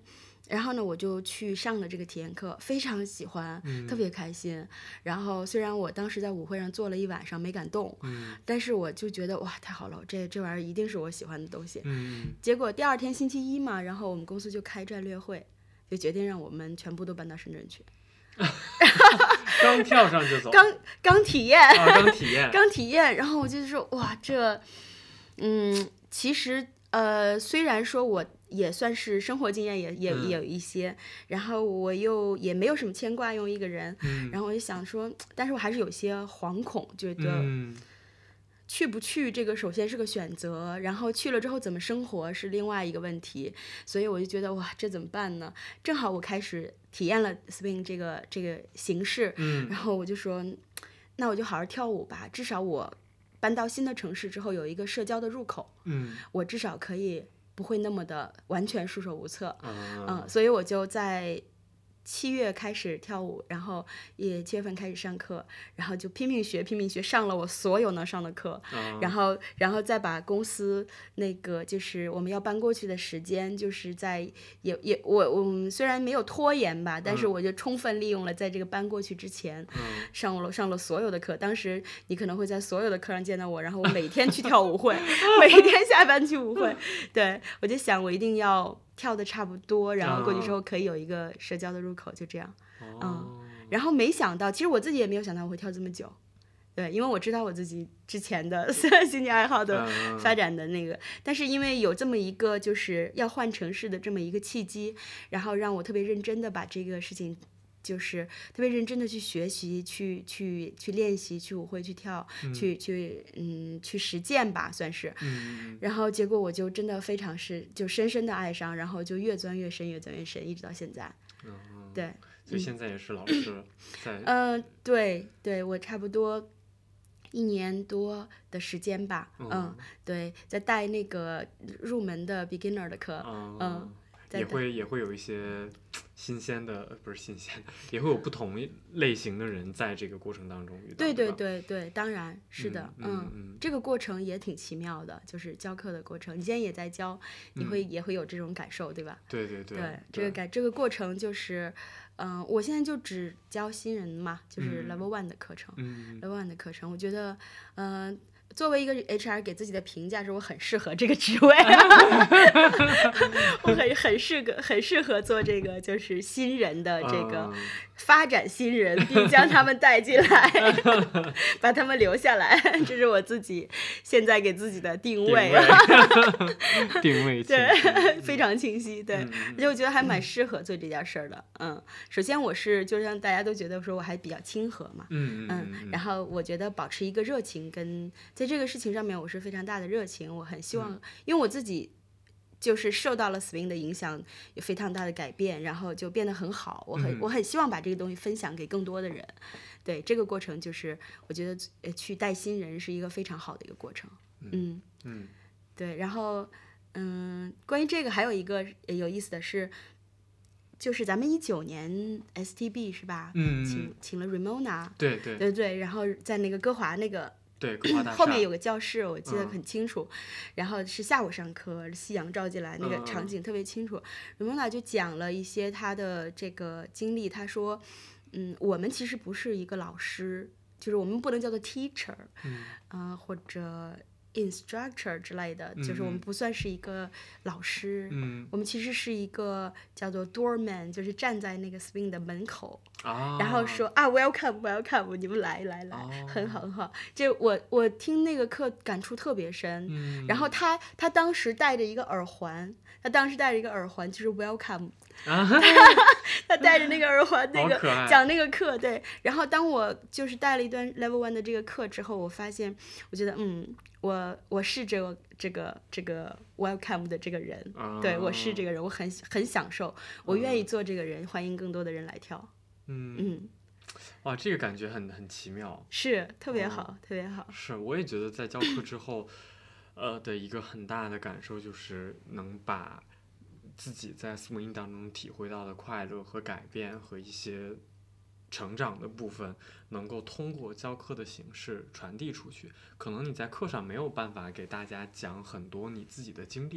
然后呢，我就去上了这个体验课，非常喜欢， 嗯、 特别开心。然后虽然我当时在舞会上坐了一晚上没敢动， 嗯、 但是我就觉得哇，太好了，这这玩意儿一定是我喜欢的东西。 嗯、 结果第二天星期一嘛，然后我们公司就开战略会，就决定让我们全部都搬到深圳去。 刚跳上就走， 刚刚体验， 啊、刚体验， 刚体验。然后我就说哇，这，嗯，其实呃，虽然说我也算是生活经验也也、嗯、也有一些，然后我又也没有什么牵挂用一个人， 嗯、 然后我就想说，但是我还是有些惶恐，觉得。 嗯去不去这个首先是个选择，然后去了之后怎么生活是另外一个问题，所以我就觉得哇，这怎么办呢？正好我开始体验了 swing 这个这个形式， 嗯， 然后我就说，那我就好好跳舞吧，至少我搬到新的城市之后有一个社交的入口， 嗯， 我至少可以不会那么的完全束手无策， 嗯， 嗯，所以我就在七月开始跳舞，然后也七月份开始上课，然后就拼命学拼命学，上了我所有能上的课， 嗯、 然后然后再把公司那个就是我们要搬过去的时间，就是在也也我我虽然没有拖延吧，但是我就充分利用了在这个搬过去之前， 嗯、 上了上了所有的课。当时你可能会在所有的课上见到我，然后我每天去跳舞会，每天下班去舞会，对，我就想我一定要跳的差不多，然后过去之后可以有一个社交的入口，就这样， 哦、 嗯，然后没想到，其实我自己也没有想到我会跳这么久，对，因为我知道我自己之前的兴趣爱好的发展的那个，但是因为有这么一个就是要换城市的这么一个契机，然后让我特别认真的把这个事情。就是特别认真的去学习，去去去练习，去舞会去跳， 嗯、 去去嗯去实践吧，算是。 嗯。 然后结果我就真的非常是就深深的爱上，然后就越钻越深，越钻越深，一直到现在。 嗯。 对。 所以现在也是老师在。 嗯、呃，对对，我差不多一年多的时间吧。 嗯, 嗯，对，在带那个入门的 beginner 的课。 嗯。 嗯也会也会有一些新鲜的，不是新鲜的，也会有不同类型的人在这个过程当中遇到。 对对对对，当然是的， 嗯 嗯, 嗯， 这个过程也挺奇妙的，就是教课的过程。你现在也在教，你会、嗯、也会有这种感受，对吧？ 对对对。 对，这个感这个过程就是，嗯、呃，我现在就只教新人嘛，就是 level one 的课程、 嗯、 level one 的课程，我觉得，嗯、呃。作为一个 H R 给自己的评价是我很适合这个职位我很很适合很适合做这个就是新人的这个发展新人、uh... 并将他们带进来把他们留下来，这是我自己现在给自己的定位定位对非常清晰，对、嗯、而且我觉得还蛮适合做这件事的。嗯，首先我是就让大家都觉得说我还比较亲和嘛， 嗯嗯， 然后我觉得保持一个热情，跟在这个事情上面我是非常大的热情，我很希望、嗯、因为我自己就是受到了 swing 的影响，有非常大的改变，然后就变得很好，我很、嗯、我很希望把这个东西分享给更多的人。对，这个过程就是我觉得去带新人是一个非常好的一个过程。嗯嗯， 对，然后嗯，关于这个还有一个有意思的是，就是咱们一九年 S T B 是吧？ 嗯， 请请了 Ramona， 对对对对，然后在那个歌华那个。 对，歌华大厦后面有个教室，我记得很清楚、嗯、然后是下午上课，夕阳照进来，那个场景特别清楚。Ramona、嗯、就讲了一些他的这个经历，他说嗯，我们其实不是一个老师，就是我们不能叫做 teacher， 嗯、 呃、或者instructor 之类的、嗯、就是我们不算是一个老师、 嗯、 我们其实是一个叫做 doorman， 就是站在那个 swing 的门口、 啊、 然后说啊 welcome welcome 你们来来来、哦、很好很好。就我我听那个课感触特别深、 嗯、 然后他他当时戴着一个耳环，他当时戴着一个耳环就是 welcome 啊他戴着那个耳环那个讲那个课，对。然后当我就是带了一段 level one 的这个课之后，我发现我觉得嗯我我是这个这个这个 welcome 的这个人、啊、对，我是这个人，我很很享受，我愿意做这个人、嗯、欢迎更多的人来跳。 嗯嗯， 哇，这个感觉很很奇妙， 是特别好、哦、特别好。 是，我也觉得在教课之后呃的一个很大的感受就是能把自己在 swing 当中体会到的快乐和改变和一些成长的部分能够通过教课的形式传递出去。可能你在课上没有办法给大家讲很多你自己的经历，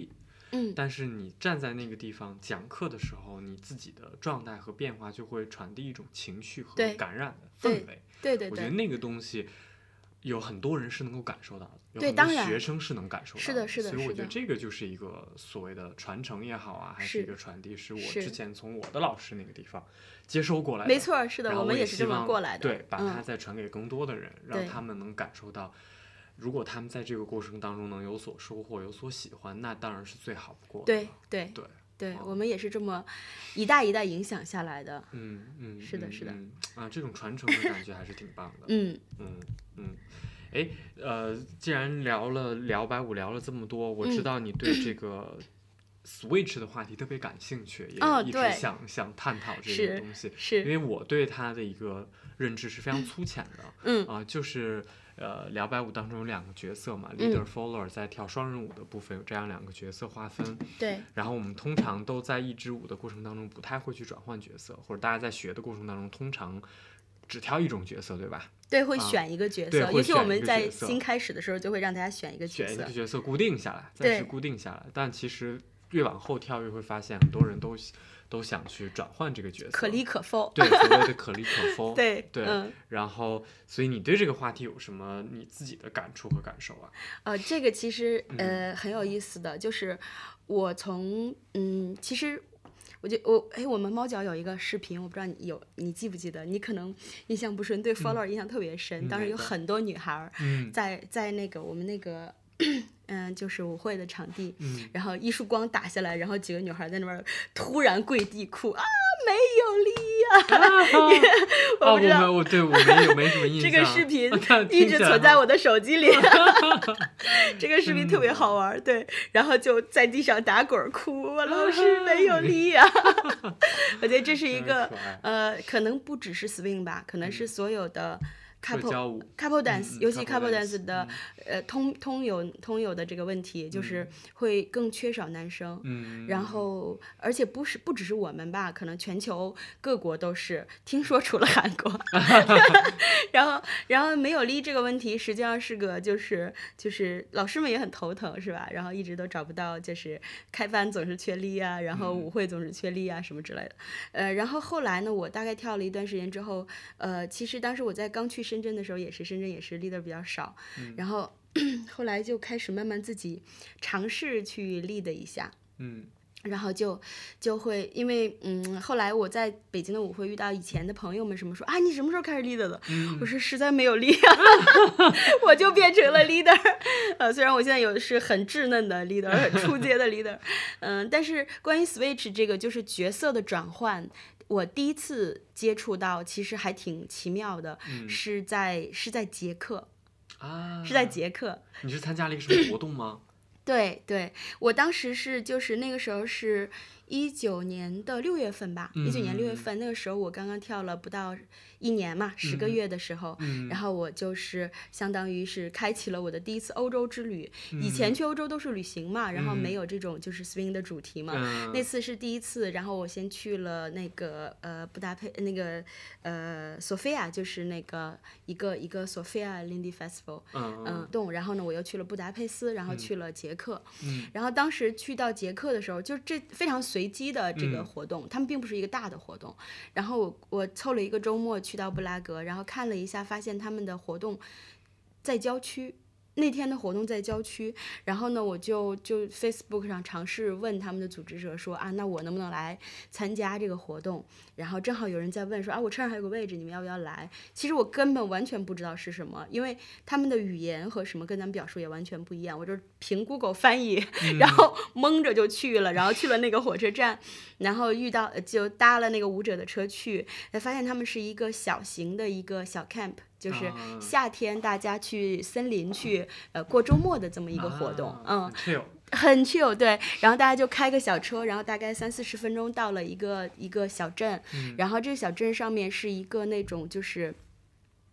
嗯， 但是你站在那个地方讲课的时候，你自己的状态和变化就会传递一种情绪和感染的氛围。 对对对， 我觉得那个东西有很多人是能够感受到的，有对， 很多学生是能感受到的。 是的，是的， 所以我觉得这个就是一个所谓的传承也好啊，还是一个传递，是我之前从我的老师那个地方接收过来的。 没错，是的，我们也是这么过来的。 对，把它再传给更多的人， 嗯、 让他们能感受到。如果他们在这个过程当中能有所收获、有所喜欢，那当然是最好不过的。 对对对对、 哦， 我们也是这么一代一代影响下来的。 嗯嗯， 是的，是的。 嗯啊，这种传承的感觉还是挺棒的。 嗯嗯嗯，哎，呃，既然聊了聊摆舞聊了这么多，我知道你对这个 Switch 的话题特别感兴趣， 哦、 也一直想想探讨这个东西， 是因为我对它的一个认知是非常粗浅的。 嗯啊、呃，就是。呃，摇摆舞当中有两个角色嘛、嗯、，leader follower 在跳双人舞的部分有这样两个角色划分。 对。 然后我们通常都在一支舞的过程当中不太会去转换角色，或者大家在学的过程当中通常只挑一种角色，对吧？ 对，会选一个角色， 啊、 尤其我们在新开始的时候就会让大家选一个角色， 选一个角色固定下来，暂时固定下来。但其实越往后跳越会发现，很多人都都想去转换这个角色， 可离可否。 对，所谓的可离可否。 对对、 嗯， 然后，所以你对这个话题有什么你自己的感触和感受啊？ 呃，这个其实呃、嗯、很有意思的，就是我从嗯，其实我就我哎，我们猫脚有一个视频，我不知道你有你记不记得？你可能印象不深，对 follower 印象特别深。 嗯、 当时有很多女孩在、 嗯、 在那个我们那个。嗯，就是舞会的场地、 嗯， 然后一束光打下来，然后几个女孩在那边突然跪地哭啊，没有力呀、啊！ 啊、 我不知道， 啊、我对我没有没什么印象。 这个视频一直存在我的手机里，这个视频特别好玩，对，然后就在地上打滚哭，我老师没有力呀、啊！我觉得这是一个呃，可能不只是 swing 吧，可能是所有的。couple couple dance，、嗯、尤其 couple dance 的、嗯、呃通通有通有的这个问题、嗯、就是会更缺少男生， 嗯， 然后而且不是不只是我们吧，可能全球各国都是，听说除了韩国，然后然后没有力这个问题实际上是个就是就是老师们也很头疼是吧？然后一直都找不到，就是开班总是缺力啊，然后舞会总是缺力啊、嗯、什么之类的，呃，然后后来呢，我大概跳了一段时间之后，呃，其实当时我在刚去深圳的时候也是，深圳也是 leader 比较少， 嗯、 然后后来就开始慢慢自己尝试去 lead 一下， 嗯， 然后就就会因为嗯，后来我在北京的舞会遇到以前的朋友们，什么说啊，你什么时候开始 lead 的？ 嗯、 我说实在没有力啊，我就变成了 leader， 呃，虽然我现在有的是很稚嫩的 leader， 很初阶的 leader， 嗯，但是关于 switch 这个就是角色的转换。我第一次接触到，其实还挺奇妙的， 嗯、 是在是在捷克， 啊， 是在捷克。 你是参加了一个什么活动吗？ 对对，我当时是就是那个时候是一九年的六月份吧，一九、嗯、年六月份那个时候我刚刚跳了不到一年嘛，十个月的时候、 嗯， 然后我就是相当于是开启了我的第一次欧洲之旅。 嗯、 以前去欧洲都是旅行嘛，然后没有这种就是 swing 的主题嘛。 嗯、 那次是第一次，然后我先去了那个呃布达佩那个呃索菲亚，就是那个一个一个索菲亚 Lindy Festival， 嗯嗯动，然后呢我又去了布达佩斯，然后去了捷克。 嗯、 然后当时去到捷克的时候，就这非常随机的这个活动，嗯、他们并不是一个大的活动。然后我我凑了一个周末去到布拉格，然后看了一下，发现他们的活动在郊区。那天的活动在郊区，然后呢，我就就 Facebook 上尝试问他们的组织者说啊，那我能不能来参加这个活动？然后正好有人在问说啊，我车上还有个位置，你们要不要来？其实我根本完全不知道是什么，因为他们的语言和什么跟咱们表述也完全不一样。我就凭 Google 翻译，然后蒙着就去了，然后去了那个火车站，然后遇到就搭了那个舞者的车去，才发现他们是一个小型的一个小 camp。就是夏天大家去森林去、啊、呃过周末的这么一个活动， 啊、 嗯，很 chill， 对，然后大家就开个小车，然后大概三四十分钟到了一个一个小镇、 嗯， 然后这个小镇上面是一个那种就是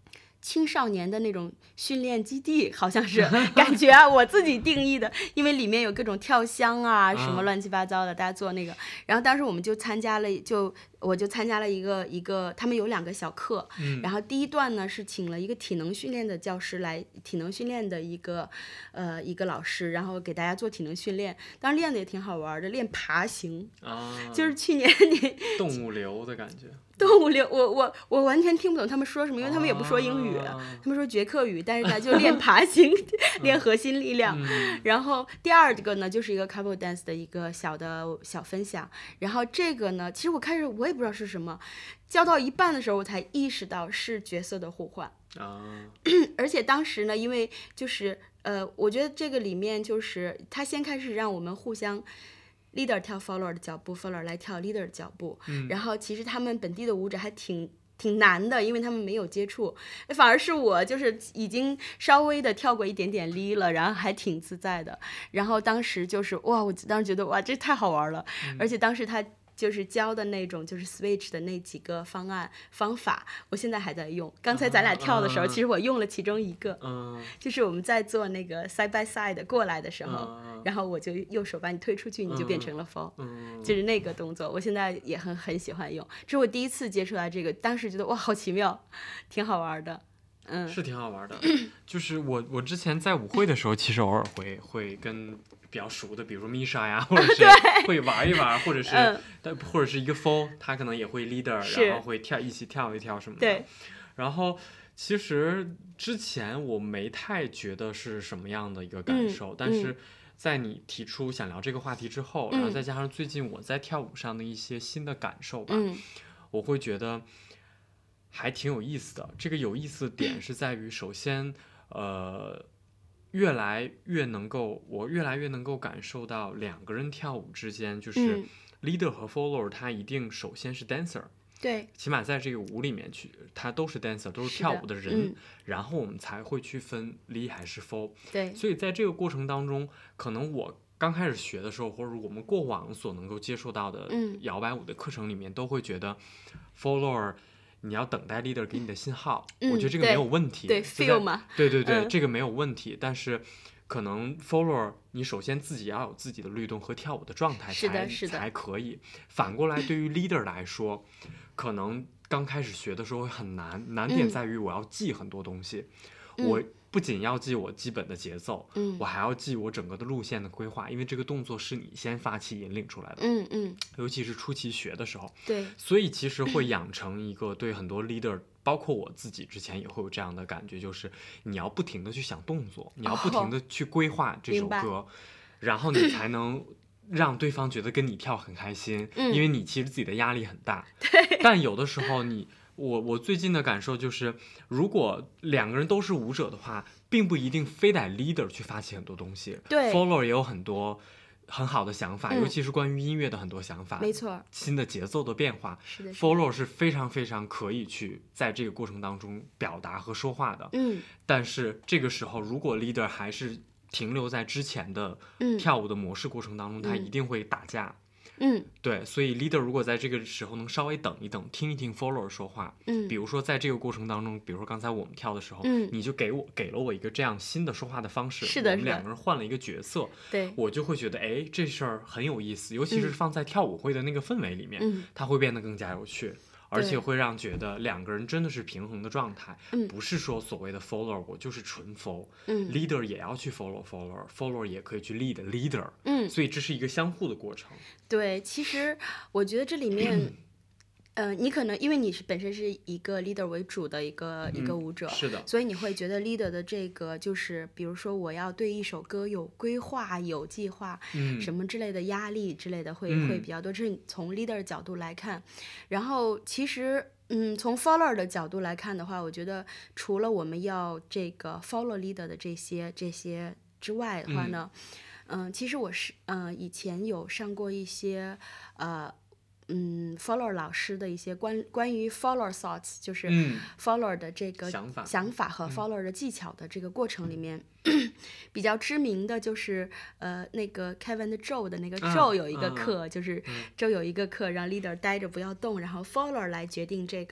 青少年的那种训练基地，好像是感觉啊，我自己定义的，因为里面有各种跳箱啊，什么乱七八糟的，大家做那个。然后当时我们就参加了，就我就参加了一个一个，他们有两个小课， 嗯、 然后第一段呢是请了一个体能训练的教师来，体能训练的一个呃一个老师，然后给大家做体能训练，当时练的也挺好玩的，练爬行啊， 就是去年你动物流的感觉。 动物流，我我我完全听不懂他们说什么，因为他们也不说英语， 啊、 他们说捷克语，但是他就练爬行，练核心力量。 嗯、 然后第二个呢，就是一个 couple dance 的一个小的小分享。然后这个呢，其实我开始我也不知道是什么，教到一半的时候我才意识到是角色的互换。 啊， 而且当时呢，因为就是呃，我觉得这个里面就是他先开始让我们互相。leader 跳 follower 的脚步 follower 来跳 leader 的脚步、 嗯、 然后其实他们本地的舞者还挺挺难的，因为他们没有接触，反而是我就是已经稍微的跳过一点点 lead 了，然后还挺自在的。然后当时就是哇，我当时觉得哇，这太好玩了、 嗯、 而且当时他就是教的那种就是 switch 的那几个方案方法，我现在还在用。刚才咱俩跳的时候、 啊、 其实我用了其中一个、 啊、 就是我们在做那个 side by side 过来的时候、 啊、 然后我就右手把你推出去、啊、你就变成了 fall、 嗯、 就是那个动作我现在也很很喜欢用，这是我第一次接触到这个，当时觉得哇好奇妙，挺好玩的。嗯， 是挺好玩的。就是我我之前在舞会的时候，其实偶尔会会跟比较熟的，比如说 Misha 呀，或者是会玩一玩，或者是、嗯、或者是一个 full， 他可能也会 leader， 然后会跳一起跳一跳什么的。 对。 然后其实之前我没太觉得是什么样的一个感受， 嗯、 但是在你提出想聊这个话题之后、 嗯， 然后再加上最近我在跳舞上的一些新的感受吧， 嗯、 我会觉得还挺有意思的。这个有意思的点是在于，首先呃越来越能够我越来越能够感受到两个人跳舞之间，就是 leader 和 follower 他一定首先是 dancer， 对， 起码在这个舞里面去他都是 dancer， 都是跳舞的人、 嗯、 然后我们才会去分 lead 还是 fall。 对， 所以在这个过程当中，可能我刚开始学的时候，或者我们过往所能够接触到的摇摆舞的课程里面、嗯、都会觉得 follower你要等待 leader 给你的信号、嗯、我觉得这个没有问题， 对 feel 嘛， 对对对、 嗯、 这个没有问题。但是可能 follower 你首先自己要有自己的律动和跳舞的状态才是的是的才可以。反过来对于 leader 来说，可能刚开始学的时候会很难，难点在于我要记很多东西、嗯、我不仅要记我基本的节奏、嗯、我还要记我整个的路线的规划，因为这个动作是你先发起引领出来的， 嗯嗯， 尤其是初期学的时候， 对， 所以其实会养成一个对很多 leader， 包括我自己之前也会有这样的感觉，就是你要不停的去想动作，你要不停的去规划这首歌、哦、然后你才能让对方觉得跟你跳很开心、嗯、因为你其实自己的压力很大， 对， 但有的时候你我我最近的感受就是，如果两个人都是舞者的话，并不一定非得 leader 去发起很多东西， 对 follower 也有很多很好的想法、 嗯、 尤其是关于音乐的很多想法， 没错， 新的节奏的变化， 是的 follower 是非常非常可以去在这个过程当中表达和说话的， 嗯， 但是这个时候如果 leader 还是停留在之前的跳舞的模式过程当中、嗯、他一定会打架， 嗯， 对，所以 leader 如果在这个时候能稍微等一等，听一听 follower 说话， 嗯， 比如说在这个过程当中，比如说刚才我们跳的时候， 嗯， 你就给我给了我一个这样新的说话的方式， 是的， 我们两个人换了一个角色， 对， 我就会觉得，哎，这事儿很有意思，尤其是放在跳舞会的那个氛围里面， 嗯， 它会变得更加有趣。而且会让觉得两个人真的是平衡的状态， 嗯、 不是说所谓的 follower 我就是纯 follow， 嗯 leader 也要去 follow follower， follower 也可以去 lead leader， 嗯， 所以这是一个相互的过程。 对，其实我觉得这里面呃，你可能因为你是本身是一个 leader 为主的一个、嗯、一个舞者， 是的， 所以你会觉得 leader 的这个就是比如说我要对一首歌有规划有计划、 嗯、 什么之类的压力之类的会、 嗯、 会比较多，这是从 leader 角度来看。然后其实嗯，从 follower 的角度来看的话，我觉得除了我们要这个 follow leader 的这些这些之外的话呢，嗯，嗯其实我是嗯、呃、以前有上过一些呃嗯 follower 老师的一些关关于 follower thoughts， 就是 follower 的这个想法、 想法和 follower 的技巧的这个过程里面，嗯、比较知名的就是呃那个 Kevin 的 Joe 的那个 Joe 有一个课， 啊、 就是嗯、 Joe 有一个课让 leader 待着不要动，然后 follower 来决定这个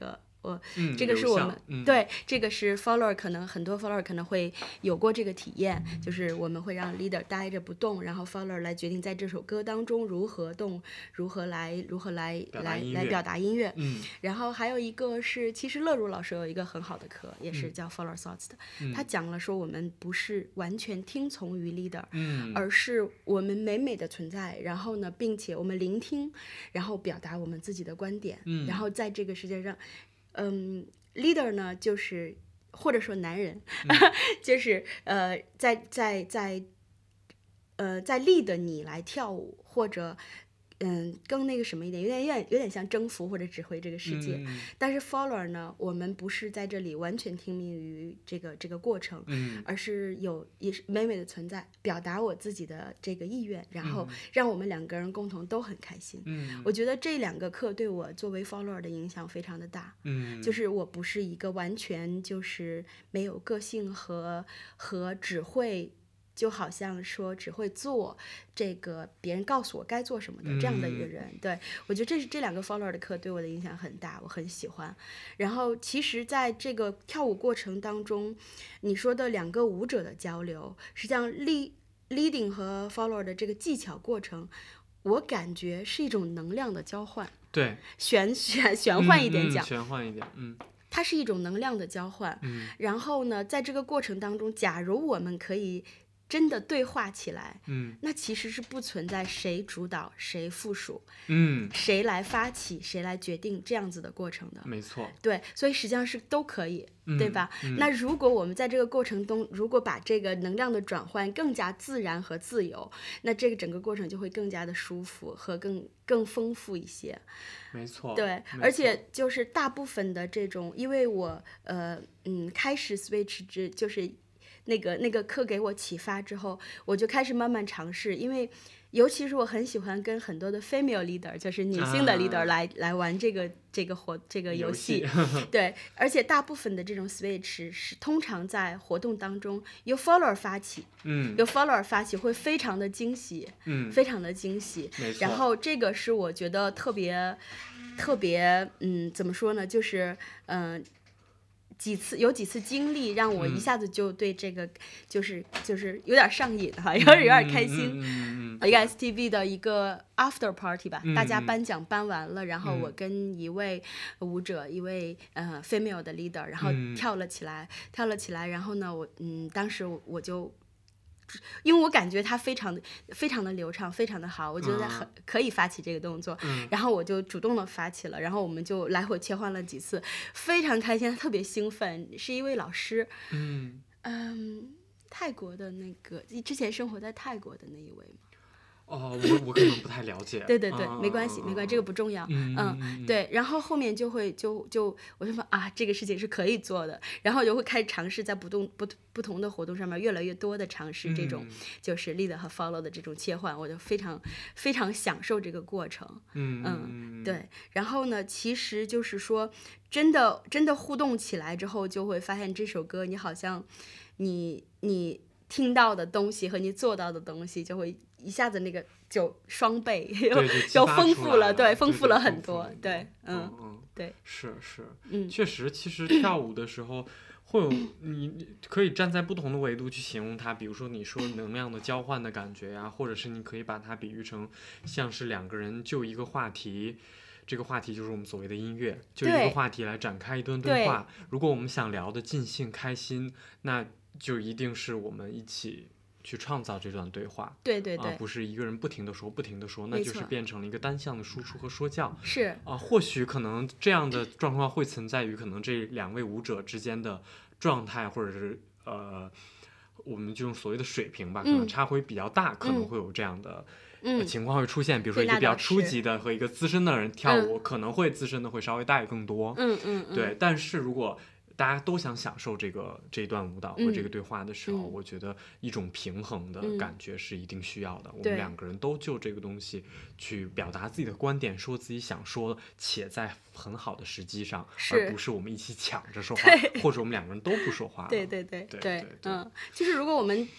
我、 嗯、 这个是我们、 嗯、 对，这个是 follower 可能很多 follower 可能会有过这个体验，就是我们会让 leader 待着不动，然后 follower 来决定在这首歌当中如何动，如何来如何来来来表达音乐。 嗯， 然后还有一个是，其实乐如老师有一个很好的课，也是叫 follower thoughts 的， 嗯、 他讲了说我们不是完全听从于 leader，、 嗯、 而是我们美美的存在，然后呢，并且我们聆听，然后表达我们自己的观点， 嗯、 然后在这个世界上，嗯 leader 呢就是或者说男人、 嗯、 就是呃在在在呃在 lead 你来跳舞，或者嗯，更那个什么一点，有点有点有点像征服或者指挥这个世界。 嗯、 但是 follower 呢，我们不是在这里完全听命于这个这个过程， 嗯、 而是有也是美美的存在，表达我自己的这个意愿，然后让我们两个人共同都很开心。 嗯， 我觉得这两个课对我作为 follower 的影响非常的大。 嗯， 就是我不是一个完全就是没有个性和和只会。就好像说只会做这个别人告诉我该做什么的这样的一个人、嗯、对，我觉得这是这两个 follower 的课对我的影响很大，我很喜欢。然后其实在这个跳舞过程当中，你说的两个舞者的交流，实际上 lead, leading 和 follower 的这个技巧过程，我感觉是一种能量的交换。 对， 玄玄玄幻一点讲、 嗯嗯、玄幻一点嗯， 它是一种能量的交换。 嗯， 然后呢在这个过程当中，假如我们可以真的对话起来， 嗯， 那其实是不存在谁主导谁附属， 嗯， 谁来发起谁来决定这样子的过程的， 没错， 对，所以实际上是都可以、 嗯、 对吧、 嗯、 那如果我们在这个过程中，如果把这个能量的转换更加自然和自由，那这个整个过程就会更加的舒服和更更丰富一些。 没错， 对，而且就是大部分的这种，因为我呃嗯开始 switch 之就是那个那个课给我启发之后，我就开始慢慢尝试，因为尤其是我很喜欢跟很多的 female leader， 就是女性的 leader 来、啊、来玩这个这个活这个游戏，对，而且大部分的这种 switch 是通常在活动当中由 follower 发起， 嗯， 由 follower 发起会非常的惊喜， 嗯， 非常的惊喜， 没错， 然后这个是我觉得特别特别嗯怎么说呢，就是嗯。呃几次有几次经历让我一下子就对这个就是、嗯、就是有点上瘾哈，有点有点开心。 嗯嗯嗯、一个 S T V 的一个 after party 吧、 嗯， 大家颁奖颁完了，然后我跟一位舞者，一位呃 female 的 leader， 然后跳了起来，嗯、跳了起来，然后呢，我嗯当时我就。因为我感觉他非常的非常的流畅，非常的好，我觉得很可以发起这个动作、 嗯、 然后我就主动的发起了，然后我们就来回切换了几次，非常开心，特别兴奋。是一位老师， 嗯嗯，泰国的那个之前生活在泰国的那一位吗？ 哦，我我可能不太了解。 对对对， 啊、 没关系，没关系，这个不重要。 嗯嗯，嗯对。然后后面就会就就我就说啊，这个事情是可以做的，然后就会开始尝试在不同不不同的活动上面越来越多的尝试这种、嗯、就是 lead 和 follow 的这种切换，我就非常非常享受这个过程。 嗯嗯，对。然后呢，其实就是说，真的真的互动起来之后，就会发现这首歌你好像你你听到的东西和你做到的东西就会。一下子那个就双倍，就丰富了，对，丰富了很多，对，嗯嗯，对， 是是， 嗯， 确实，其实跳舞的时候会有你可以站在不同的维度去形容它，比如说你说能量的交换的感觉呀、啊，或者是你可以把它比喻成像是两个人就一个话题。这个话题就是我们所谓的音乐，就一个话题来展开一段对话。如果我们想聊的尽兴开心，那就一定是我们一起去创造这段对话， 对对对， 而、呃、不是一个人不停的说不停的说，那就是变成了一个单向的输出和说教。 是啊、呃，或许可能这样的状况会存在于可能这两位舞者之间的状态，或者是呃，我们这种所谓的水平吧，可能差回比较大，嗯、可能会有这样的、 嗯呃、情况会出现。比如说一个比较初级的和一个资深的人跳舞，嗯、可能会资深的会稍微带更多。 嗯嗯嗯， 对。但是如果大家都想享受这个这一段舞蹈和这个对话的时候、嗯、我觉得一种平衡的感觉是一定需要的、嗯、我们两个人都就这个东西去表达自己的观点，说自己想说，且在很好的时机上，而不是我们一起抢着说话，或者我们两个人都不说话。 对对对对, 对, 对, 对嗯，就是如果我们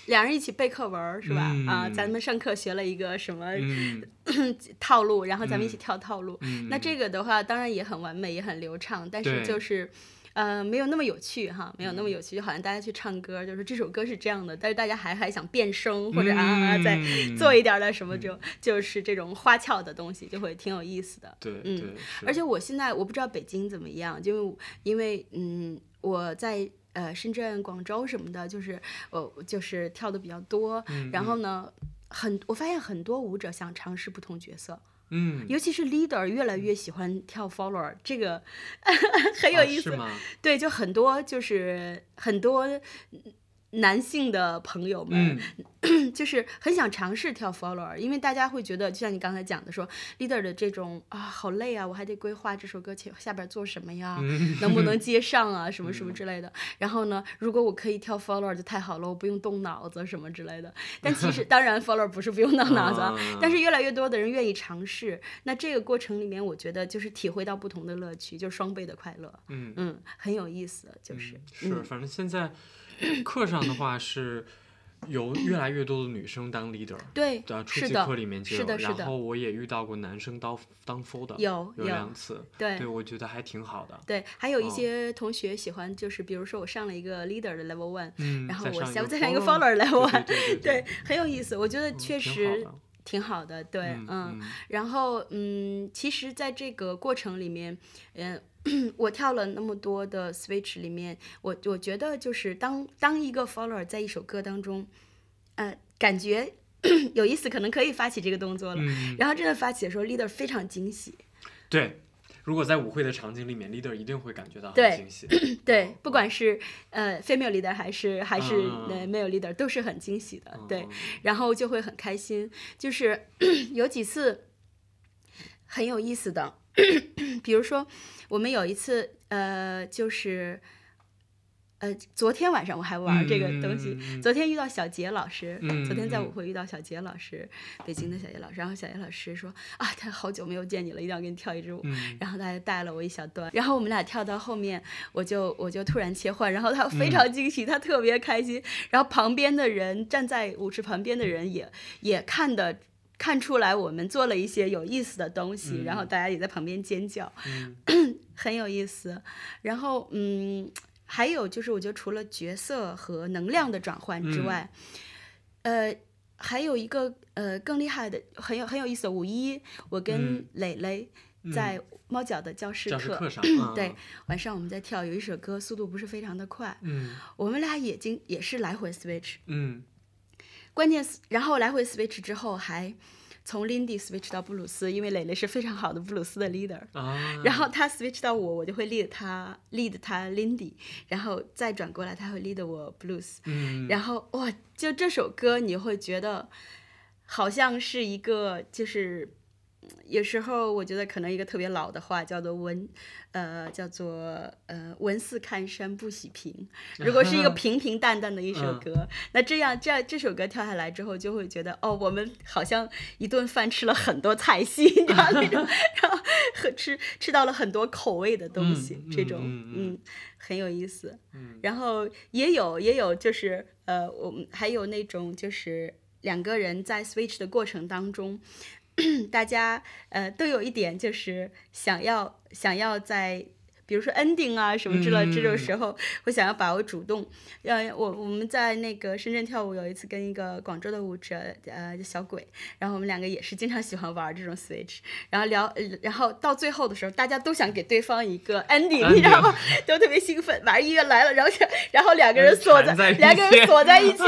两人一起背课文是吧？ 嗯、 啊，咱们上课学了一个什么、 嗯、 套路，然后咱们一起跳套路。 嗯、 那这个的话，当然也很完美，也很流畅，但是就是。呃，没有那么有趣哈，没有那么有趣，就好像大家去唱歌，就是这首歌是这样的，但是大家还还想变声或者啊啊再做一点的什么这种，嗯、就是这种花俏的东西，就会挺有意思的。 对， 嗯， 对， 而且我现在我不知道北京怎么样，就因为嗯我在呃深圳、广州什么的，就是我就是跳的比较多， 嗯、 然后呢，很我发现很多舞者想尝试不同角色。 嗯， 尤其是 leader 越来越喜欢跳 follower， 这个很有意思。 啊、是吗？ 对，就很多就是很多男性的朋友们、嗯、就是很想尝试跳 follower， 因为大家会觉得就像你刚才讲的说 leader 的这种啊好累啊，我还得规划这首歌下边做什么呀、嗯、能不能接上啊什么什么之类的、嗯、然后呢如果我可以跳 follower 就太好了，我不用动脑子什么之类的。但其实当然 follower 不是不用动脑子、啊、但是越来越多的人愿意尝试，那这个过程里面我觉得就是体会到不同的乐趣，就是双倍的快乐。 嗯嗯，很有意思，就是、 嗯、是、嗯、反正现在课上的话是有越来越多的女生当 leader， 对， 初级课里面就有， 是的，是的。 然后我也遇到过男生当当 folder， 有有两次， 对， 对，我觉得还挺好的。 对，还有一些同学喜欢，就是、哦、比如说我上了一个 leader 的 level one，、 嗯、 然后我想再上一个 follower level one， 对, 对, 对, 对, 对，很有意思，我觉得确实。嗯挺好的，对，嗯， 嗯嗯然后嗯，其实在这个过程里面，嗯、呃，我跳了那么多的 switch 里面，我我觉得就是当当一个 follower 在一首歌当中，呃，感觉有意思，可能可以发起这个动作了， 嗯、 然后真的发起的时候 leader 非常惊喜， 对。如果在舞会的场景里面 leader 一定会感觉到很惊喜， 对，对，不管是呃 female leader 还是还是嗯呃 male leader 都是很惊喜的， 嗯、 对，然后就会很开心，就是有几次很有意思的，比如说我们有一次呃就是呃昨天晚上我还玩这个东西， 嗯、 昨天遇到小杰老师、 嗯、 昨天在舞会遇到小杰老师、嗯、北京的小杰老师，然后小杰老师说啊他好久没有见你了，一定要给你跳一支舞、 嗯、 然后他就带了我一小段，然后我们俩跳到后面我就我就突然切换，然后他非常惊喜、嗯、他特别开心，然后旁边的人站在舞池旁边的人也也看的看出来我们做了一些有意思的东西、嗯、然后大家也在旁边尖叫、 嗯、 很有意思。然后嗯还有就是我觉得除了角色和能量的转换之外、嗯、呃还有一个呃更厉害的很有很有意思的舞一，我跟蕾蕾在猫脚的教室课、 嗯、教室课上、 嗯、对，晚上我们在跳有一首歌速度不是非常的快， 嗯， 我们俩也经也是来回 switch， 嗯， 关键然后来回 switch 之后还从 Lindy switch 到布鲁斯，因为蕾蕾是非常好的布鲁斯的 leader、 啊、 然后他 switch 到我，我就会 lead 他 lead 他 Lindy， 然后再转过来他会 lead 我 blues、 嗯、 然后哇就这首歌你会觉得好像是一个就是有时候我觉得可能一个特别老的话叫做文呃叫做呃文似看山不喜平，如果是一个平平淡淡的一首歌、嗯、那这样这样这首歌跳下来之后就会觉得哦我们好像一顿饭吃了很多菜系你知道那种然后吃吃到了很多口味的东西、 嗯、 这种嗯, 嗯, 嗯很有意思、 嗯、 然后也有也有就是呃我们还有那种就是两个人在 switch 的过程当中大家呃都有一点就是想要想要在比如说 ending 啊什么之类，这种时候我想要把握主动。呃，我我们在那个深圳跳舞有一次跟一个广州的舞者呃小鬼，然后我们两个也是经常喜欢玩这种 switch， 然后聊，然后到最后的时候，大家都想给对方一个 ending， 你知道吗？都特别兴奋，马上音乐来了，然后然后两个人锁在，在两个人锁在一起，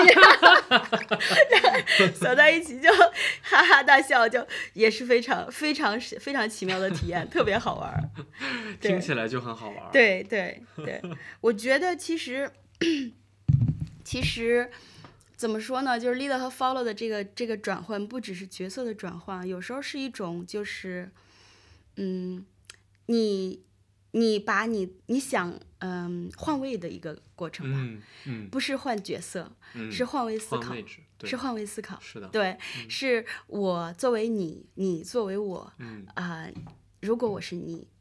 锁在一起就哈哈大笑，就也是非常非常非常奇妙的体验，特别好玩。 听起来就很好玩。 对对对，我觉得其实其实怎么说呢，就是 leader 和 follow 的这个这个转换不只是角色的转换，有时候是一种就是嗯你你把你你想嗯换位的一个过程吧， 嗯嗯， 不是换角色， 嗯、 是换位思考，是换位思考， 是的， 对， 嗯、 是我作为你，你作为我， 嗯啊、呃，如果我是你，